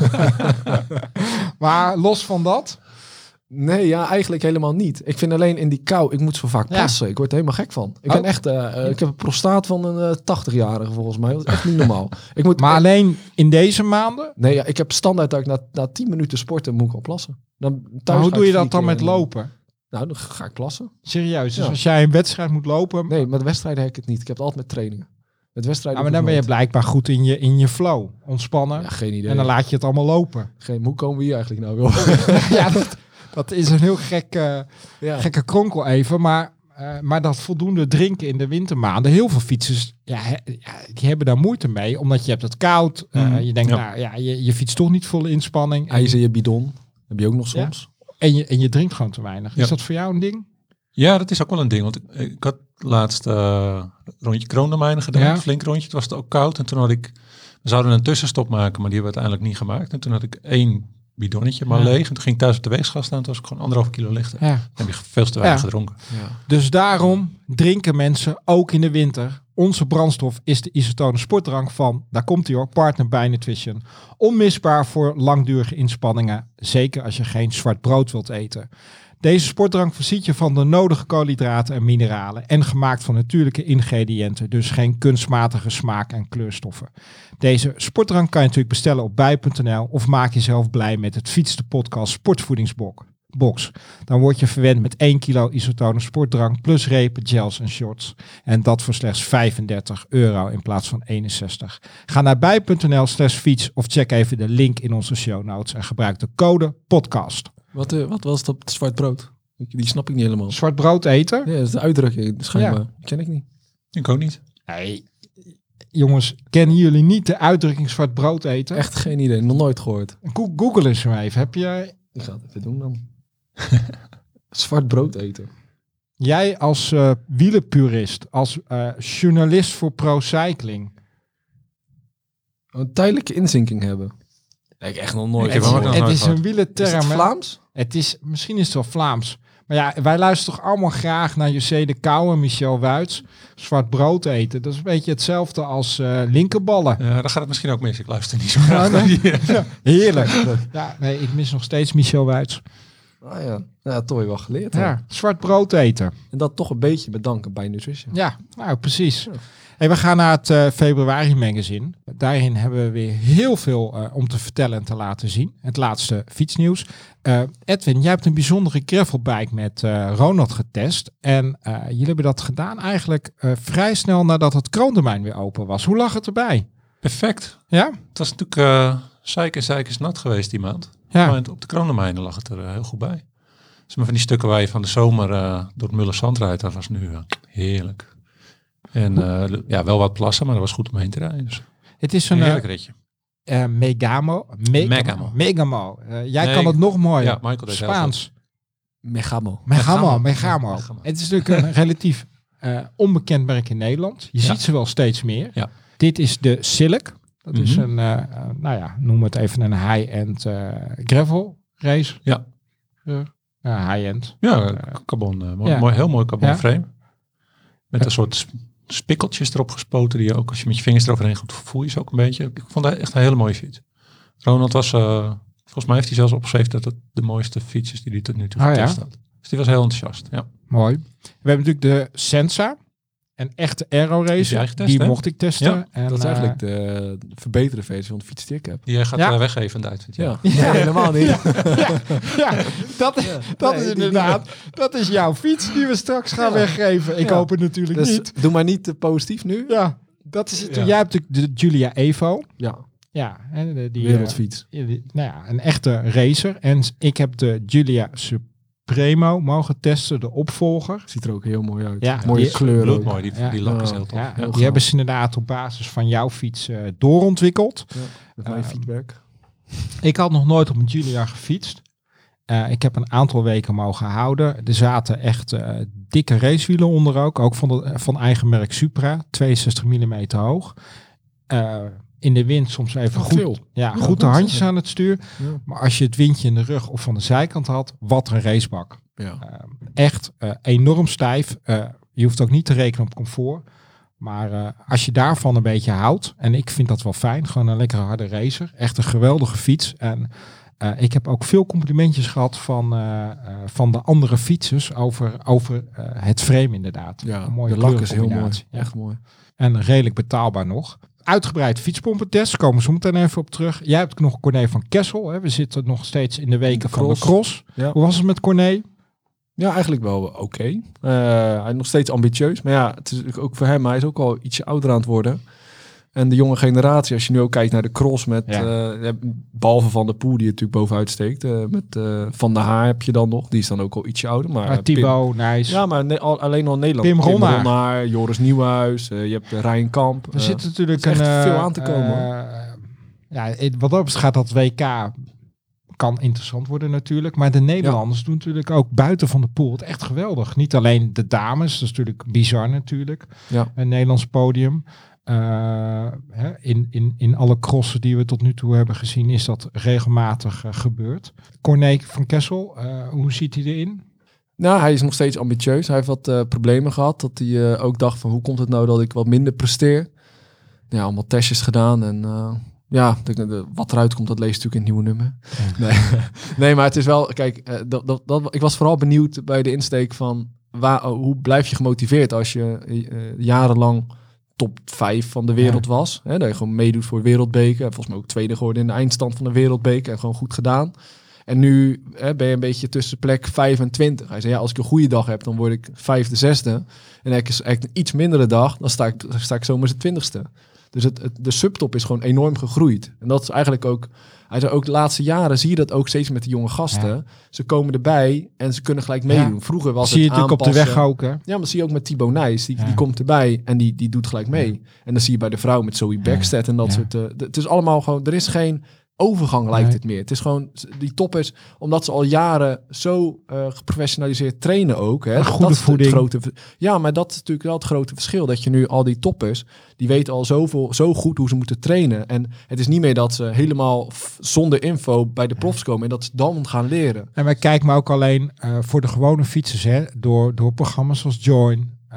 Maar los van dat... Nee, ja, eigenlijk helemaal niet. Ik vind alleen in die kou, ik moet zo vaak plassen. Ja. Ik word er helemaal gek van. Ik oh. ben echt, uh, uh, ik heb een prostaat van een uh, tachtig-jarige volgens mij. Dat is echt niet normaal. Ik moet, maar alleen in deze maanden? Nee, ja, ik heb standaard dat ik na, na tien minuten sporten moet ik al plassen. Dan, maar hoe doe je dat dan met lopen? Nou, dan ga ik plassen. Serieus? Dus ja. als jij een wedstrijd moet lopen? Nee, met wedstrijden heb ik het niet. Ik heb het altijd met trainingen. Met wedstrijden. Ja, maar dan ben je blijkbaar goed in je, in je flow. Ontspannen. Ja, geen idee. En dan laat je het allemaal lopen. Geen, hoe komen we hier eigenlijk nou wel? Ja, dat... Dat is een heel gek, uh, ja. gekke kronkel even. Maar, uh, maar dat voldoende drinken in de wintermaanden. Heel veel fietsers ja, he, ja, die hebben daar moeite mee. Omdat je hebt het koud. Uh, mm. Je denkt, ja. nou ja, je, je fietst toch niet volle inspanning. IJzer je bidon. Heb je ook nog soms. Ja. En, je, en je drinkt gewoon te weinig. Ja. Is dat voor jou een ding? Ja, dat is ook wel een ding. Want ik, ik had laatst uh, rondje Kroondomeinen gedaan. Ja. Een flink rondje. Het was het ook koud. En toen had ik... We zouden een tussenstop maken. Maar die hebben we uiteindelijk niet gemaakt. En toen had ik één... bidonnetje maar ja. leeg. En toen ging ik thuis op de weegschaal staan. Toen was ik gewoon anderhalf kilo lichter. Ja. Dan heb je veel te weinig ja. gedronken. Ja. Dus daarom drinken mensen ook in de winter. Onze brandstof is de isotone sportdrank van, daar komt hij hoor, Partner Bij Nutrition. Onmisbaar voor langdurige inspanningen. Zeker als je geen zwart brood wilt eten. Deze sportdrank voorziet je van de nodige koolhydraten en mineralen en gemaakt van natuurlijke ingrediënten, dus geen kunstmatige smaak- en kleurstoffen. Deze sportdrank kan je natuurlijk bestellen op bij punt n l of maak jezelf blij met het Fiets de Podcast Sportvoedingsbox. Dan word je verwend met één kilo isotone sportdrank plus repen, gels en shorts. En dat voor slechts vijfendertig euro in plaats van eenenzestig. Ga naar bij punt n l slash fiets of check even de link in onze show notes en gebruik de code podcast. Wat, uh, wat was dat zwart brood? Die snap ik niet helemaal. Zwart brood eten? Ja, dat is de uitdrukking. Schijnbaar. Ja. Ken ik niet. Ik ook niet. Nee. Jongens, kennen jullie niet de uitdrukking zwart brood eten? Echt geen idee. Nog nooit gehoord. Go- Google eens maar even. Heb je... Ik ga het even doen dan. Zwart brood eten. Jij als uh, wielerpurist, als uh, journalist voor Pro Cycling. Een tijdelijke inzinking hebben. Nee, ik echt nog nooit. Het, heb ook nog het nooit is gehad. een wielerterm. Is het hè? Vlaams? Het is, misschien is het wel Vlaams. Maar ja, wij luisteren toch allemaal graag naar José de Kouw en Michel Wuits. Zwart brood eten. Dat is een beetje hetzelfde als uh, linkerballen. Ja, dan gaat het misschien ook mis. Ik luister niet zo graag. Ja, nee. Ja, heerlijk. Ja, nee, ik mis nog steeds Michel Wuits. Ah ja, ja toch weer wel geleerd. hè. Ja, zwart brood eten. En dat toch een beetje bedanken bij Nutrition. Ja, nou precies. Ja. Hey, we gaan naar het uh, februari magazine. Daarin hebben we weer heel veel uh, om te vertellen en te laten zien. Het laatste fietsnieuws. Uh, Edwin, jij hebt een bijzondere gravelbike met uh, Ronald getest. En uh, jullie hebben dat gedaan eigenlijk uh, vrij snel nadat het kroondomein weer open was. Hoe lag het erbij? Perfect. Ja? Het was natuurlijk uh, zeiken, zeiken is nat geweest die maand. Ja. Maar op de kroondomeinen lag het er uh, heel goed bij. Dus maar van die stukken waar je van de zomer uh, door het Mulle Zand rijdt, dat was nu uh, heerlijk. En uh, ja, wel wat plassen, maar dat was goed om heen te rijden. Dus Het is een een heerlijk uh, ritje. uh, Megamo. Megamo. Megamo. Megamo. Uh, jij Nee, kan het nog mooier. ja, Michael deed heel Spaans. Megamo. Megamo. Megamo. Megamo. Megamo. Het is natuurlijk een relatief uh, onbekend merk in Nederland. Je Ja. ziet ze wel steeds meer. Ja. Dit is de Silk. Dat is Mhm. een, uh, uh, nou ja, noem het even een high-end uh, gravel race. Ja. Uh, uh, high-end. Ja, carbon. Uh, mooi, ja. mooi, heel mooi carbon Ja. frame. Met een soort sp- spikkeltjes erop gespoten die je ook als je met je vingers eroverheen goed voel je ze ook een beetje. Ik vond dat echt een hele mooie fiets. Ronald was, uh, volgens mij heeft hij zelfs opgeschreven dat het de mooiste fiets is die hij tot nu toe Oh, getest ja? had. Dus die was heel enthousiast. Ja. Mooi. We hebben natuurlijk de Sensa. Een echte aero Die race. jij getest, Die hè? mocht ik testen. Ja, En, Dat is uh, eigenlijk de verbeterde versie van de fiets die ik heb. Die jij gaat Ja. uh, weggeven aan de uitvind. Ja. Ja, Ja. Nee, helemaal niet. ja, dat, Ja. dat Nee, is die- inderdaad. Dat is jouw fiets die we straks gaan Ja. weggeven. Ik Ja. hoop het natuurlijk Dus niet. doe maar niet te positief nu. Ja, dat is het. Ja. Jij hebt natuurlijk de Giulia Evo. Ja, Ja, en de, die, wereldfiets. uh, die- nou ja, een echte racer. En ik heb de Giulia Supremo mogen testen, de opvolger. Ziet er ook heel mooi uit. Ja, Mooie die- kleur ook. Bloedmooi, die, Ja. die lak is Ja. heel tof. Ja, Ja. die gaaf. hebben ze inderdaad op basis van jouw fiets uh, doorontwikkeld. Ja, met mijn Uh, feedback. Ik had nog nooit op een Giulia gefietst. Uh, ik heb een aantal weken mogen houden. Er zaten echt uh, dikke racewielen onder ook. Ook van, de, van eigen merk Supra. tweeënzestig millimeter hoog. Uh, in de wind soms even Oh, goed, veel. ja, Ja, goed de goed. handjes aan het stuur. Ja. Maar als je het windje in de rug of van de zijkant had, wat een racebak. Ja. Uh, echt uh, enorm stijf. Uh, je hoeft ook niet te rekenen op comfort. Maar uh, als je daarvan een beetje houdt, en ik vind dat wel fijn, gewoon een lekkere harde racer. Echt een geweldige fiets. En uh, ik heb ook veel complimentjes gehad van, uh, uh, van de andere fietsers over, over uh, het frame inderdaad. Ja, Een mooie de lak is heel mooi. kleurencombinatie. Ja. Echt mooi. En redelijk betaalbaar nog. Uitgebreid fietspompentest, komen we zo meteen even op terug. Jij hebt nog Corné van Kessel. Hè? We zitten nog steeds in de weken De van de cross. cross. Ja. Hoe was het met Corné? Ja, eigenlijk wel oké. Okay. Uh, hij is nog steeds ambitieus. Maar ja, het is ook voor hem, hij is ook al ietsje ouder aan het worden. En de jonge generatie, als je nu ook kijkt naar de cross met, Ja. uh, behalve Van der Poel die er natuurlijk bovenuit steekt. Uh, met uh, Van der Haar heb je dan nog, die is dan ook al ietsje ouder. Maar, Maar uh, Pim- Thibaut, Nijs. Ja, maar ne- al, alleen al in Nederland. Pim Ronnaar. Ronnaar, Joris Nieuwhuis, uh, je hebt uh, Ryan Kamp. Er uh, zit natuurlijk er is een, echt uh, veel aan te komen, uh, ja, het- wat dat betreft gaat dat W K kan interessant worden natuurlijk. Maar de Nederlanders doen natuurlijk ook buiten van de pool het echt geweldig. Niet alleen de dames, dat is natuurlijk bizar natuurlijk. Ja. Een Nederlands podium. Uh, hè, in, in, in alle crossen die we tot nu toe hebben gezien is dat regelmatig uh, gebeurd. Corné van Kessel, uh, hoe ziet hij erin? Nou, hij is nog steeds ambitieus. Hij heeft wat uh, problemen gehad. Dat hij uh, ook dacht van hoe komt het nou dat ik wat minder presteer. Ja, allemaal testjes gedaan. En uh, ja, de, de, wat eruit komt, dat lees je natuurlijk in het nieuwe nummer. Ja. Nee. nee, maar het is wel... Kijk, uh, dat, dat, dat, ik was vooral benieuwd bij de insteek van... Waar, oh, hoe blijf je gemotiveerd als je uh, jarenlang top vijf van de wereld Ja. was. Hè, dat je gewoon meedoet voor wereldbeker. Volgens mij ook tweede geworden in de eindstand van de wereldbeker. En gewoon goed gedaan. En nu hè, ben je een beetje tussen plek vijf en twintig. Hij zei, ja, als ik een goede dag heb, dan word ik vijfde, zesde. En heb ik een iets mindere dag, dan sta ik, dan sta ik zomaar zijn twintigste. Dus het, het, de subtop is gewoon enorm gegroeid. En dat is eigenlijk ook... Hij zei ook de laatste jaren zie je dat ook steeds met de jonge gasten. Ja. Ze komen erbij en ze kunnen gelijk meedoen. Ja. Vroeger was Zie je het natuurlijk op de aanpassen. weg ook, hè? Ja, maar dat zie je ook met Thibaut Nijs. Die, Ja. die komt erbij en die, die doet gelijk mee. En dan zie je bij de vrouw met Zoe Backstedt en dat Ja. soort... Uh, d- het is allemaal gewoon... Er is geen overgang lijkt Nee. het meer. Het is gewoon, die toppers, omdat ze al jaren zo uh, geprofessionaliseerd trainen ook. Hè, Een dat, goede dat is voeding. Het grote, ja, maar dat is natuurlijk wel het grote verschil. Dat je nu al die toppers, die weten al zoveel, zo goed hoe ze moeten trainen. En het is niet meer dat ze helemaal f- zonder info bij de profs komen en dat ze dan gaan leren. En wij kijken maar ook alleen uh, voor de gewone fietsers, hè, door, door programma's zoals Join, uh,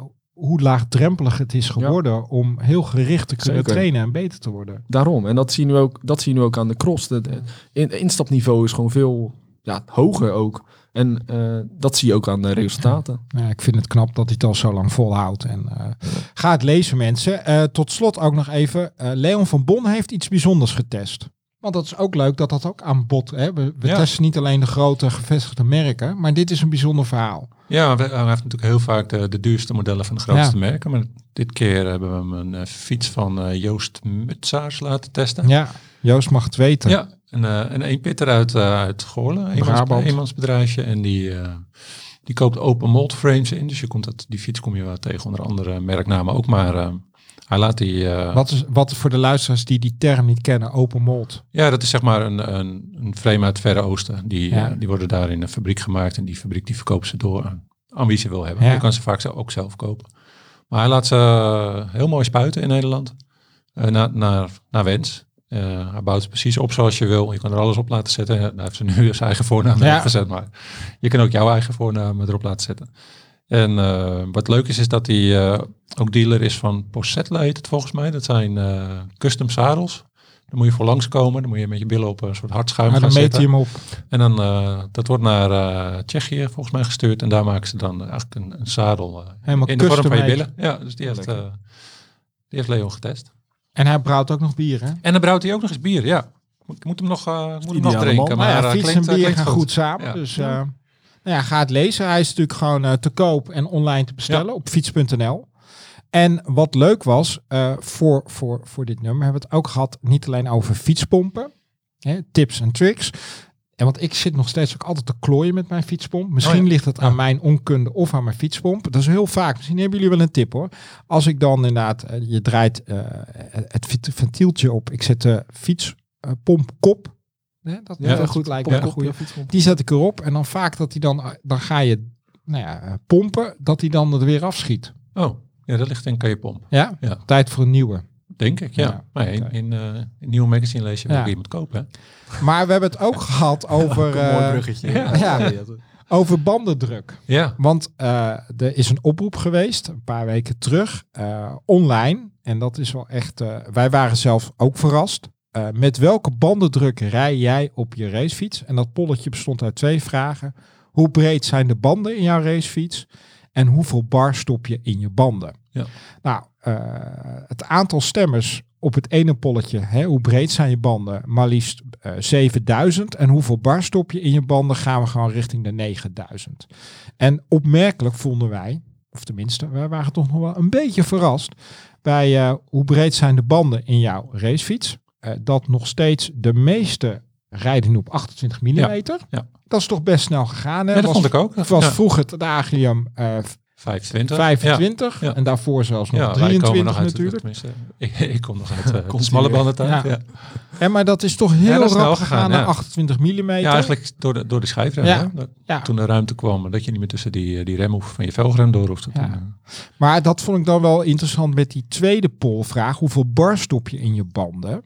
hoe laagdrempelig het is geworden ja. om heel gericht te kunnen Zeker. trainen en beter te worden. Daarom. En dat zien we ook, dat zien we ook aan de cross. Het in, instapniveau is gewoon veel ja, hoger ook. En uh, dat zie je ook aan de resultaten. Ja. Ja, ik vind het knap dat hij het al zo lang volhoudt. En, uh, ga het lezen, mensen. Uh, tot slot ook nog even. Uh, Leon van Bon heeft iets bijzonders getest. Want dat is ook leuk dat dat ook aan bod. Hè? We, we ja. testen niet alleen de grote gevestigde merken. Maar dit is een bijzonder verhaal. Ja, we, hij heeft natuurlijk heel vaak de, de duurste modellen van de grootste ja. merken. Maar dit keer hebben we hem een uh, fiets van uh, Joost Mutsaars laten testen. Ja, Joost mag het weten. Ja, een, uh, een eenpitter uit, uh, uit Goorlen. Een eenmansbedrijfje. En die, uh, die koopt open mold frames in. Dus je komt dat, die fiets kom je wel tegen onder andere merknamen ook. Maar uh, hij laat die... Uh, wat is wat voor de luisteraars die die term niet kennen, open mold? Ja, dat is zeg maar een, een, een frame uit het Verre Oosten. Die, ja. uh, die worden daar in een fabriek gemaakt. En die fabriek die verkoopt ze door aan wie ze wil hebben. Ja. Je kan ze vaak ook zelf kopen. Maar hij laat ze uh, heel mooi spuiten in Nederland. Uh, naar, naar, naar wens. Uh, hij bouwt het precies op zoals je wil. Je kan er alles op laten zetten. Hij heeft ze nu zijn eigen voornaam ja. gezet. Maar je kan ook jouw eigen voornaam erop laten zetten. En uh, wat leuk is, is dat hij uh, ook dealer is van Posetla, heet het volgens mij. Dat zijn uh, custom zadels. Dan moet je voor langskomen. Dan moet je met je billen op een soort hardschuim maar gaan dan zetten. meet hij hem op. En dan, uh, dat wordt naar uh, Tsjechië volgens mij gestuurd. En daar maken ze dan eigenlijk een, een zadel uh, Helemaal in de vorm van je made. billen. Ja, dus die heeft, uh, die heeft Leon getest. En hij brouwt ook nog bier, hè? En dan brouwt hij ook nog eens bier, ja. Ik moet hem nog, uh, moet hem nog drinken. Maar maar ja, fiets klinkt, en bier klinkt gaan goed, goed samen. Ja. Dus uh, nou ja, ga het lezen. Hij is natuurlijk gewoon uh, te koop en online te bestellen ja. op fiets punt n l. En wat leuk was, uh, voor, voor, voor dit nummer hebben we het ook gehad, niet alleen over fietspompen, hè, tips en tricks. En want ik zit nog steeds ook altijd te klooien met mijn fietspomp. Misschien oh ja. ligt het aan ja. mijn onkunde of aan mijn fietspomp. Dat is heel vaak. Misschien hebben jullie wel een tip hoor. Als ik dan inderdaad, uh, je draait uh, het ventieltje op. Ik zet de fietspompkop. Uh, dat ja, dat goed lijkt me een goede. Die zet ik erop. En dan vaak dat hij dan, dan ga je nou ja, pompen, dat hij dan er weer afschiet. Oh, ja, dat ligt denk ik aan je pomp. Ja? Ja, tijd voor een nieuwe. Denk ik, ja. ja. Maar in, in uh, een nieuwe magazine lees je wel ja. iemand kopen. Hè? Maar we hebben het ook gehad over... Uh, mooi bruggetje. Ja, ja, over bandendruk. Ja. Want uh, er is een oproep geweest, een paar weken terug, uh, online. En dat is wel echt... Uh, wij waren zelf ook verrast. Uh, met welke bandendruk rij jij op je racefiets? En dat polletje bestond uit twee vragen. Hoe breed zijn de banden in jouw racefiets? En hoeveel bar stop je in je banden? Ja. Nou, uh, het aantal stemmers op het ene polletje, hè, hoe breed zijn je banden? Maar liefst uh, zevenduizend. En hoeveel bar stop je in je banden? Gaan we gewoon richting de negenduizend. En opmerkelijk vonden wij, of tenminste, wij waren toch nog wel een beetje verrast bij uh, hoe breed zijn de banden in jouw racefiets. Uh, dat nog steeds de meeste rijden op achtentwintig millimeter. Ja, ja. Dat is toch best snel gegaan. Hè? Ja, dat was, vond ik ook. Het was ja. vroeger het adagium uh, vijfentwintig. vijfentwintig ja. En daarvoor zelfs nog ja, drieëntwintig nog natuurlijk. Het, ik, ik kom nog uit uh, de smalle bandentijd. Ja. Ja. Ja, maar dat is toch heel ja, rap gegaan naar ja. achtentwintig millimeter. Ja, eigenlijk door de, door de schijfrem. Ja. Dat, ja. Toen de ruimte kwam, dat je niet meer tussen die, die rem van je velgrem door hoeft te doen. Ja. Maar dat vond ik dan wel interessant met die tweede polvraag. Hoeveel bar stop je in je banden?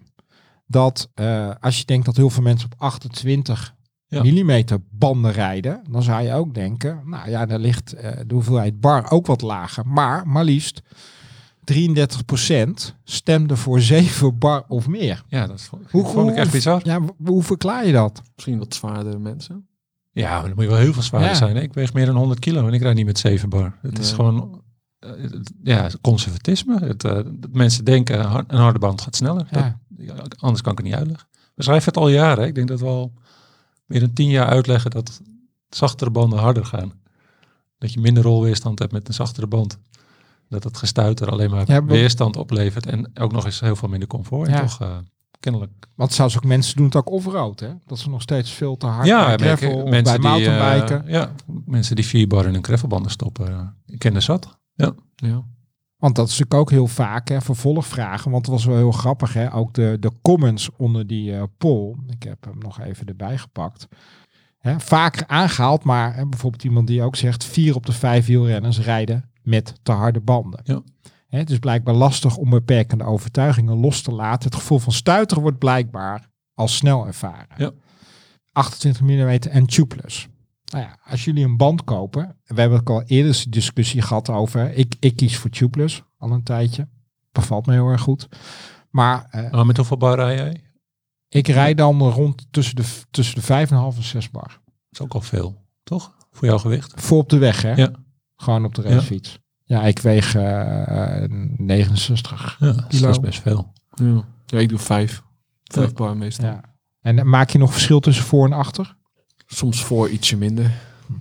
Dat uh, als je denkt dat heel veel mensen op achtentwintig ja. millimeter banden rijden, dan zou je ook denken, nou ja, daar ligt uh, de hoeveelheid bar ook wat lager. Maar maar liefst drieëndertig procent stemde voor zeven bar of meer. Ja, dat vond, hoe, vond ik echt bizar. Ja, hoe verklaar je dat? Misschien wat zwaardere mensen. Ja, maar dan moet je wel heel veel zwaarder ja. zijn. Hè? Ik weeg meer dan honderd kilo en ik rijd niet met zeven bar. Het nee. is gewoon uh, ja, conservatisme. Het, uh, dat mensen denken, een harde band gaat sneller. Ja. Dat, anders kan ik het niet uitleggen. We schrijven het al jaren. Hè? Ik denk dat we al meer dan tien jaar uitleggen dat zachtere banden harder gaan. Dat je minder rolweerstand hebt met een zachtere band. Dat het gestuiter alleen maar ja, weerstand oplevert en ook nog eens heel veel minder comfort. Ja. En toch uh, kennelijk. Want zelfs ook mensen doen het ook off-road, hè? Dat ze nog steeds veel te hard ja, bij gravel of bij mountainbiken. Uh, ja, mensen die vier bar in hun gravelbanden stoppen. Uh, ik ken de zat. Ja. ja. Want dat is natuurlijk ook heel vaak hè, vervolgvragen. Want het was wel heel grappig. Hè? Ook de, de comments onder die uh, poll. Ik heb hem nog even erbij gepakt. Hè, vaker aangehaald. Maar hè, bijvoorbeeld iemand die ook zegt... vier op de vijf wielrenners rijden met te harde banden. Ja. Hè, het is blijkbaar lastig om beperkende overtuigingen los te laten. Het gevoel van stuiteren wordt blijkbaar als snel ervaren. Ja. achtentwintig millimeter en tubeless. Nou ja, als jullie een band kopen, we hebben ook al eerder een discussie gehad over, ik, ik kies voor tubeless al een tijdje. Bevalt me heel erg goed. Maar uh, oh, met hoeveel bar rij jij? Ik rijd dan rond tussen de, tussen de vijf komma vijf en zes bar. Dat is ook al veel, toch? Voor jouw gewicht? Voor op de weg, hè? Ja. Gewoon op de racefiets. Ja, ja ik weeg uh, negenenzestig ja, kilo. Dat is best veel. Ja, ja ik doe vijf. Vijf ja. bar meestal. Ja. En uh, maak je nog verschil tussen voor en achter? Soms voor ietsje minder.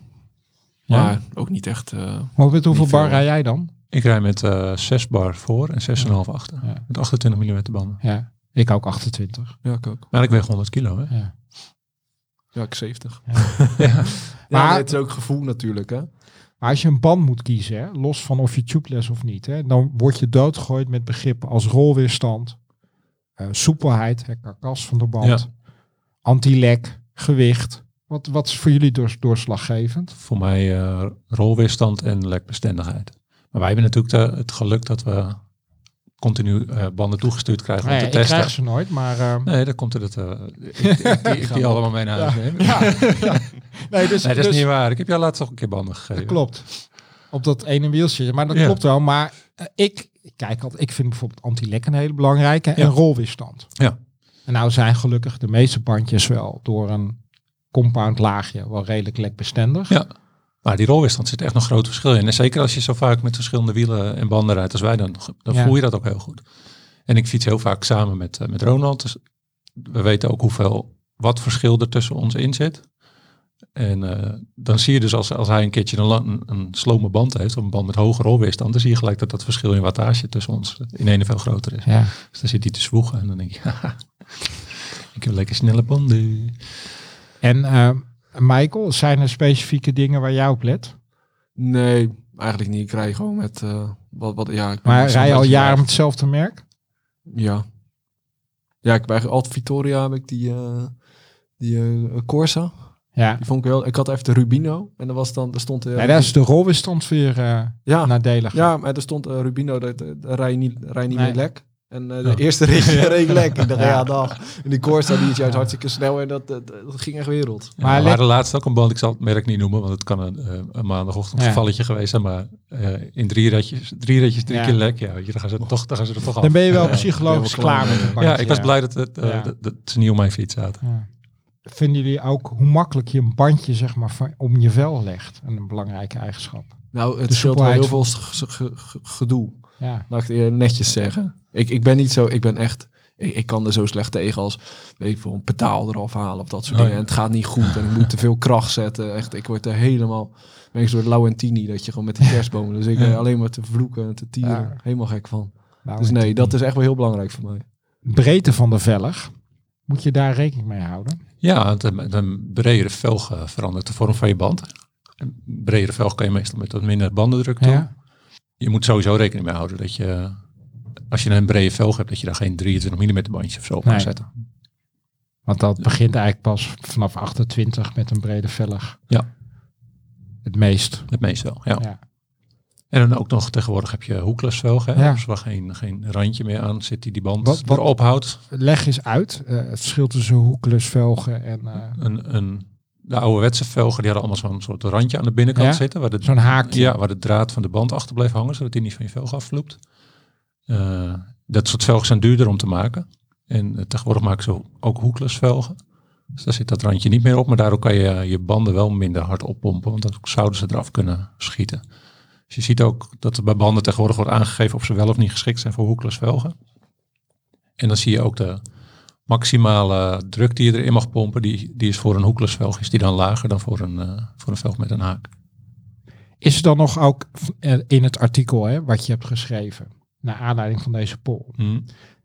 Ja. Maar ook niet echt... Uh, maar met hoeveel bar veel. rij jij dan? Ik rij met uh, zes bar voor en zes komma vijf ja. achter. Ja. Met achtentwintig millimeter banden. Ja, ik ook achtentwintig. Ja, ik ook. Maar ik weeg honderd kilo, hè? Ja, ja ik zeventig. Ja. ja. Maar maar, ja, het is ook gevoel natuurlijk, hè? Maar als je een band moet kiezen, hè, los van of je tubeless of niet, hè, dan word je doodgegooid met begrippen als rolweerstand, uh, soepelheid, hè, karkas van de band, ja. anti-lek, gewicht. Wat, wat is voor jullie doors, doorslaggevend? Voor mij uh, rolweerstand en lekbestendigheid. Maar wij hebben natuurlijk de, het geluk dat we continu uh, banden toegestuurd krijgen om nee, te ik testen. Ik krijg ze nooit, maar... Uh... Nee, dan komt er het... Uh, ik, ik, die, ik die allemaal mee naar huis ja. nemen. Ja. Ja. Nee, dus, nee, dat dus, is niet waar. Ik heb jou laatst nog een keer banden gegeven. Dat klopt. Op dat ene wieltje. Maar dat ja. klopt wel. Maar uh, ik, kijk altijd, ik vind bijvoorbeeld anti-lek een hele belangrijke. Ja. En rolweerstand. Ja. En nou zijn gelukkig de meeste bandjes wel door een compound laagje wel redelijk lekbestendig. Ja. Maar die rolweerstand zit echt nog groot verschil in. En zeker als je zo vaak met verschillende wielen en banden rijdt als wij, dan, dan ja. voel je dat ook heel goed. En ik fiets heel vaak samen met, uh, met Ronald. Dus we weten ook hoeveel, wat verschil er tussen ons in zit. En uh, dan zie je dus als, als hij een keertje een, een, een slome band heeft, of een band met hoge rolweerstand, dan zie je gelijk dat dat verschil in wattage tussen ons in ene veel groter is. Ja. Dus dan zit hij te zwoegen en dan denk je, haha, ik heb lekker snelle banden. En uh, Michael, zijn er specifieke dingen waar jij op let? Nee, eigenlijk niet. Ik rij gewoon met uh, wat, wat ja. Ik maar rij je al jaren met hetzelfde merk? Ja. Ja, ik bij Alt Vittoria heb ik die, uh, die uh, Corsa. Ja. Die vond ik wel. Ik had even de Rubino en er was dan, er stond. Uh, ja, daar is de rolweerstand weer uh, ja. nadelig. Ja, maar er stond uh, Rubino, daar rij je niet, rij niet nee. meer lek. En uh, de ja. eerste ritje reed lek. Ik dacht, ja, ja dag. En die Corsa die is juist hartstikke snel en dat, dat, dat ging echt wereld. Ja, maar we hadden laatst ook een band, ik zal het merk niet noemen, want het kan een, uh, een maandagochtend ja. valletje geweest zijn, maar uh, in drie ritjes, drie ritjes, drie ja. keer lek, ja, weet je, dan gaan ze er toch, dan gaan ze er toch af. Dan ben je wel ja, psychologisch ja, klaar met de bandje. Ja, ik was ja. blij dat, het, uh, ja. dat, dat ze niet op mijn fiets zaten. Ja. Vinden jullie ook hoe makkelijk je een bandje zeg maar van, om je vel legt? Een belangrijke eigenschap. Nou, het scheelt wel heel veel gedoe. Ja. Laat ik het netjes zeggen. Ik, ik ben niet zo, ik ben echt, ik, ik kan er zo slecht tegen als, weet je, een pedaal eraf halen of dat soort oh, dingen. Ja. En het gaat niet goed en ik moet te veel kracht zetten. Echt, ik word er helemaal, ben ik een soort Lauentini, dat je gewoon met de kerstbomen. Dus ik ja. alleen maar te vloeken en te tieren. Ja. Helemaal gek van. Dus nee, dat is echt wel heel belangrijk voor mij. Breedte van de velg. Moet je daar rekening mee houden? Ja, een bredere velg uh, verandert de vorm van je band. Een bredere velg kan je meestal met wat minder bandendruk doen. Ja. Je moet sowieso rekening mee houden dat je, als je een brede velg hebt, dat je daar geen drieëntwintig millimeter bandje of zo op nee. kan zetten. Want dat begint eigenlijk pas vanaf achtentwintig met een brede velg. Ja. Het meest. Het meest wel, ja. ja. En dan ook nog tegenwoordig heb je hoekless velgen. Ja. Dus waar geen, geen randje meer aan zit die die band wat, wat erop houdt. Leg eens uit. Uh, het verschil tussen hoekless velgen en... Uh... Een, een, de ouderwetse velgen die hadden allemaal zo'n soort randje aan de binnenkant ja? zitten. Waar de, zo'n haakje. Ja, waar de draad van de band achter bleef hangen. Zodat die niet van je velg afvloept. Uh, dat soort velgen zijn duurder om te maken. En uh, tegenwoordig maken ze ook hoekless velgen. Dus daar zit dat randje niet meer op. Maar daardoor kan je je banden wel minder hard oppompen. Want dan zouden ze eraf kunnen schieten. Dus je ziet ook dat er bij banden tegenwoordig wordt aangegeven of ze wel of niet geschikt zijn voor hoekless velgen. En dan zie je ook de maximale druk die je erin mag pompen, die, die is voor een hoekless velg, is die dan lager dan voor een, uh, voor een velg met een haak. Is er dan nog ook in het artikel hè, wat je hebt geschreven, naar aanleiding van deze poll, hmm.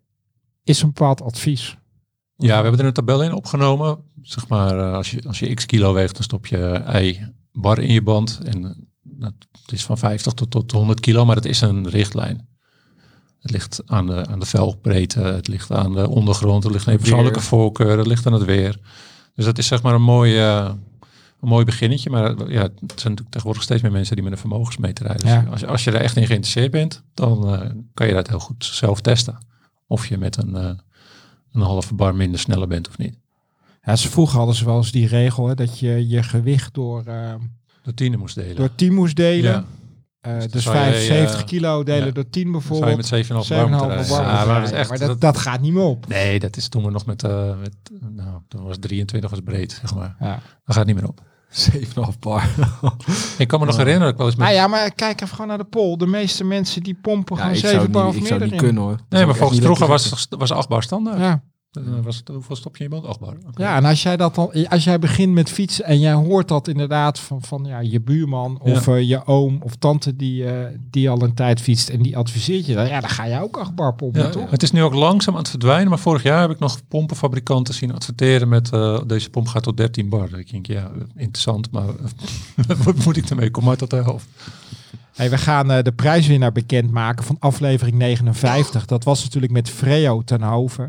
is een bepaald advies? Ja, we hebben er een tabel in opgenomen. Zeg maar, als je, als je x kilo weegt, dan stop je ei bar in je band en het is van vijftig tot, tot honderd kilo, maar het is een richtlijn. Het ligt aan de, aan de velgbreedte, het ligt aan de ondergrond, het ligt aan je persoonlijke voorkeur, het ligt aan het weer. Dus dat is zeg maar een mooi, uh, een mooi beginnetje. Maar ja, het zijn natuurlijk tegenwoordig steeds meer mensen die met een vermogensmeter rijden. Dus ja. als, je, als je er echt in geïnteresseerd bent, dan uh, kan je dat heel goed zelf testen. Of je met een, uh, een halve bar minder sneller bent of niet. Ja, ze vroeger hadden ze wel eens die regel hè, dat je je gewicht door... Uh, door tien moest delen. Door tien moest delen. Ja. Uh, dus, dus vijfenzeventig je, kilo delen ja. door tien bijvoorbeeld. Zou je met zeven komma vijf bar moeten rijden. Ja, maar, dat, echt, maar dat, dat, dat gaat niet meer op. Nee, dat is toen we nog met... Uh, met nou, toen was drieëntwintig was breed, zeg maar. Ja. Dat gaat niet meer op. zeven komma vijf bar. Ik kan me nog ja. herinneren. Ik wel eens met... Nou ja, maar kijk even gewoon naar de poll. De meeste mensen die pompen ja, gewoon zeven bar of meer. Ik zou niet erin. kunnen hoor. Nee, maar volgens vroeger was, was acht bar standaard. Ja. Uh, was het, hoeveel stop je in je band? acht bar. Okay. Ja, en als jij dat dan, als jij begint met fietsen en jij hoort dat inderdaad van, van ja, je buurman of ja. uh, je oom of tante die, uh, die al een tijd fietst en die adviseert je dan, ja, dan ga jij ook acht bar pompen, ja, toch? Het is nu ook langzaam aan het verdwijnen, maar vorig jaar heb ik nog pompenfabrikanten zien adverteren met uh, deze pomp gaat tot dertien bar. Dan denk ik, ja, interessant, maar wat moet ik ermee? Kom maar tot de helft. Hey, we gaan uh, de prijswinnaar bekendmaken van aflevering negenenvijftig. Dat was natuurlijk met Freo ten Hove.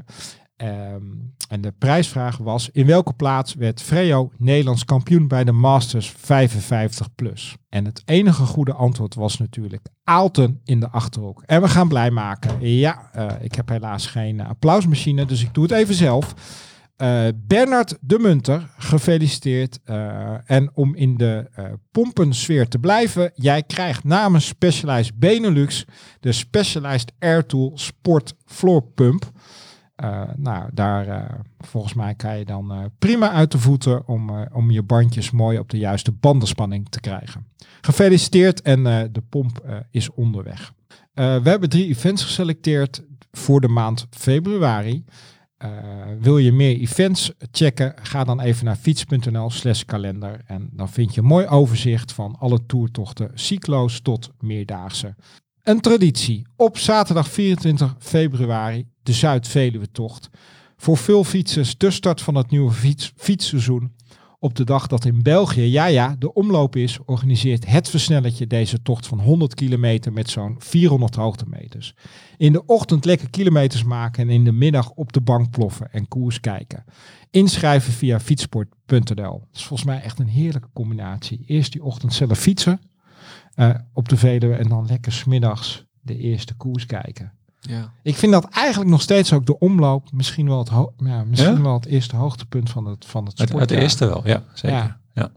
Um, en de prijsvraag was: in welke plaats werd Freo Nederlands kampioen bij de Masters vijfenvijftig plus? En het enige goede antwoord was natuurlijk Aalten in de Achterhoek. En we gaan blij maken. Ja, uh, ik heb helaas geen uh, applausmachine, dus ik doe het even zelf. Uh, Bernard de Munter, gefeliciteerd. Uh, en om in de uh, pompensfeer te blijven, jij krijgt namens Specialized Benelux de Specialized Airtool Sport Floor Pump. Uh, nou, daar uh, volgens mij kan je dan uh, prima uit de voeten om, uh, om je bandjes mooi op de juiste bandenspanning te krijgen. Gefeliciteerd en uh, de pomp uh, is onderweg. Uh, we hebben drie events geselecteerd voor de maand februari. Uh, wil je meer events checken? Ga dan even naar fiets.nl slash kalender en dan vind je een mooi overzicht van alle toertochten, cyclo's tot meerdaagse. Een traditie. Op zaterdag vierentwintig februari de Zuid-Veluwe-tocht. Voor veel fietsers de start van het nieuwe fiets, fietsseizoen. Op de dag dat in België, ja ja, de omloop is, organiseert het versnelletje deze tocht van honderd kilometer met zo'n vierhonderd hoogtemeters. In de ochtend lekker kilometers maken en in de middag op de bank ploffen en koers kijken. Inschrijven via fietsport punt n l. Dat is volgens mij echt een heerlijke combinatie. Eerst die ochtend zelf fietsen uh, op de Veluwe en dan lekker 's middags de eerste koers kijken. Ja. Ik vind dat eigenlijk nog steeds ook de omloop misschien wel het, ho- ja, misschien ja? wel het eerste hoogtepunt van het, van het sport. Het, het eerste wel, ja, zeker. Ja. Ja.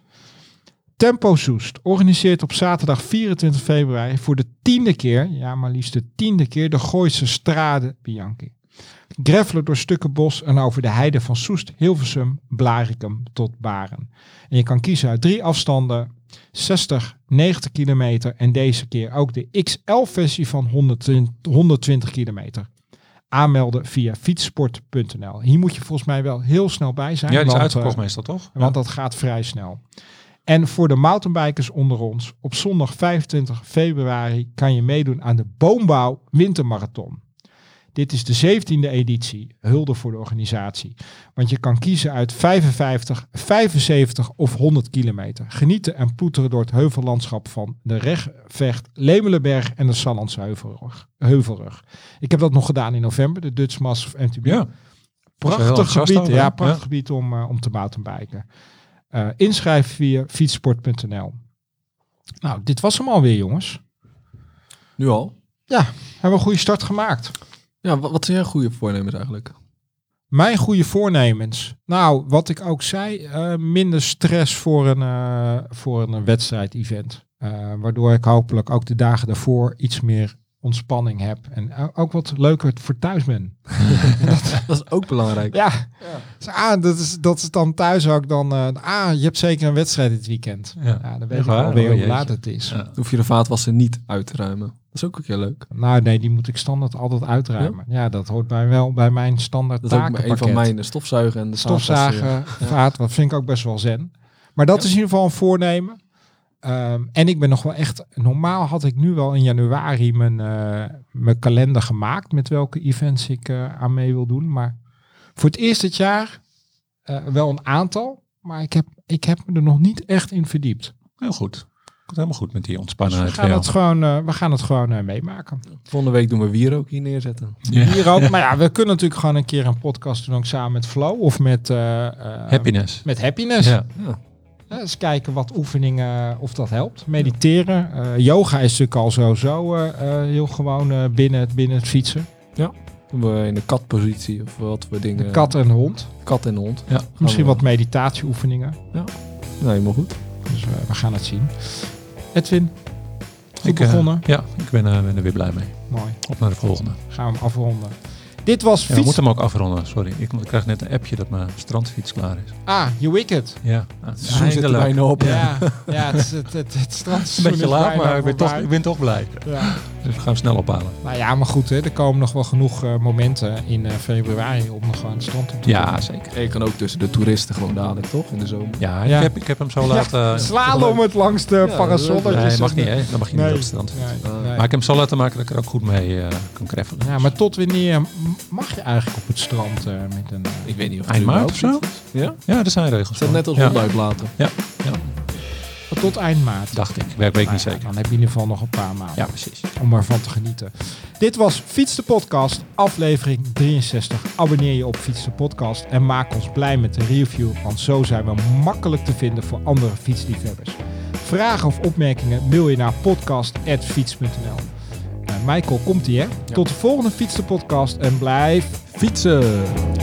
Tempo Soest organiseert op zaterdag vierentwintig februari voor de tiende keer, ja maar liefst de tiende keer, de Gooise Strade Bianchi. Greffelen door stukken bos en over de heide van Soest, Hilversum, Blaricum tot Baren. En je kan kiezen uit drie afstanden, zestig, negentig kilometer en deze keer ook de X L-versie van honderdtwintig kilometer. Aanmelden via fietsport punt n l. Hier moet je volgens mij wel heel snel bij zijn. Ja, die is want, uitverkocht uh, meestal toch? Want ja. dat gaat vrij snel. En voor de mountainbikers onder ons, op zondag vijfentwintig februari kan je meedoen aan de Boombouw Wintermarathon. Dit is de zeventiende editie, hulde voor de organisatie. Want je kan kiezen uit vijfenvijftig, vijfenzeventig of honderd kilometer. Genieten en ploeteren door het heuvellandschap van de Regvecht, Lemelenberg en de Sallandse heuvelrug. heuvelrug. Ik heb dat nog gedaan in november, de Dutch Massive M T B. Ja. Prachtig gebied, over, ja, prachtig ja. gebied om, uh, om te mountainbiken. Uh, inschrijven via fietsport punt n l. Nou, dit was hem alweer, jongens. Nu al? Ja, hebben we een goede start gemaakt. Ja, wat, wat zijn jouw goede voornemens eigenlijk? Mijn goede voornemens? Nou, wat ik ook zei, uh, minder stress voor een, uh, voor een wedstrijd-event. Uh, waardoor ik hopelijk ook de dagen daarvoor iets meer ontspanning heb. En uh, ook wat leuker voor thuis ben. dat, dat is ook belangrijk. Ja, ja. Dus, ah, dat, is, dat is dan thuis ook dan... Uh, ah, je hebt zeker een wedstrijd dit weekend. Ja, ja dan weet ik alweer hoe laat het is. Ja. Hoef je de vaatwasser niet uit te ruimen. Dat is ook een keer leuk. Nou nee, die moet ik standaard altijd uitruimen. Ja, ja dat hoort bij wel bij mijn standaard dat takenpakket. Dat is ook een van mijn, de stofzuigen en de stofzagen, ja. vaat, wat vind ik ook best wel zen. Maar dat ja. is in ieder geval een voornemen. Um, en ik ben nog wel echt... Normaal had ik nu wel in januari mijn, uh, mijn kalender gemaakt met welke events ik uh, aan mee wil doen. Maar voor het eerst dit jaar uh, wel een aantal. Maar ik heb, ik heb me er nog niet echt in verdiept. Heel goed. Komt helemaal goed met die ontspannenheid. Dus we, gaan het gewoon, uh, we gaan het gewoon uh, meemaken. Volgende week doen we wierook hier neerzetten. Ja. Wierook, maar ja, we kunnen natuurlijk gewoon een keer een podcast doen, ook samen met Flow of met... Uh, uh, Happiness. Met Happiness. Ja. Ja. Ja, eens kijken wat oefeningen, of dat helpt. Mediteren. Uh, yoga is natuurlijk al sowieso uh, uh, heel gewoon uh, binnen, het, binnen het fietsen. Ja. Doen we in de katpositie of wat voor dingen. De kat en de hond. Kat en de hond. Ja. Misschien wat meditatieoefeningen. Ja. Nee, helemaal goed. Dus uh, we gaan het zien. Edwin, goed ik, begonnen. Uh, ja, ik ben, uh, ben er weer blij mee. Mooi. Op naar de volgende. Gaan we hem afronden. Dit was ja, fiets... we moeten hem ook afronden, sorry. Ik, ik krijg net een appje dat mijn strandfiets klaar is. Ah, You Wicked. Ja. Het seizoen zit er bijna op. Ja, ja het, het, het, het strand een beetje laat, maar ik ben, toch, ik ben toch blij. Ja. Dus we gaan hem snel ophalen. Nou ja, maar goed, hè, er komen nog wel genoeg uh, momenten in uh, februari om nog gewoon het strand op te Ja, komen. zeker. En je kan ook tussen de toeristen gewoon dadelijk, toch? In de zomer. Ja, ja. Ik, heb, ik heb hem zo laten... Ja, slalom het langs de ja, parasolletjes. Nee, mag niet, hè? Dan mag je nee, niet op het strand. Nee, nee. Maar ik heb hem zo laten maken dat ik er ook goed mee uh, kan kreffelen. Ja, maar tot wanneer mag je eigenlijk op het strand uh, met een... Uh, ik weet niet of eind maart of zo? Ja? Ja, er zijn regels. Het net als ja. hond uitlaten. Ja. ja. Tot eind maart. Dacht ik. Weet ik nou, niet ja, zeker. Dan heb je in ieder geval nog een paar maanden. Ja, precies. Om ervan te genieten. Dit was Fiets de Podcast, aflevering drieënzestig. Abonneer je op Fiets de Podcast en maak ons blij met de review, want zo zijn we makkelijk te vinden voor andere fietsliefhebbers. Vragen of opmerkingen mail je naar podcast at fiets punt n l. Uh, Michael, komt ie hè? Ja. Tot de volgende Fiets de Podcast en blijf fietsen!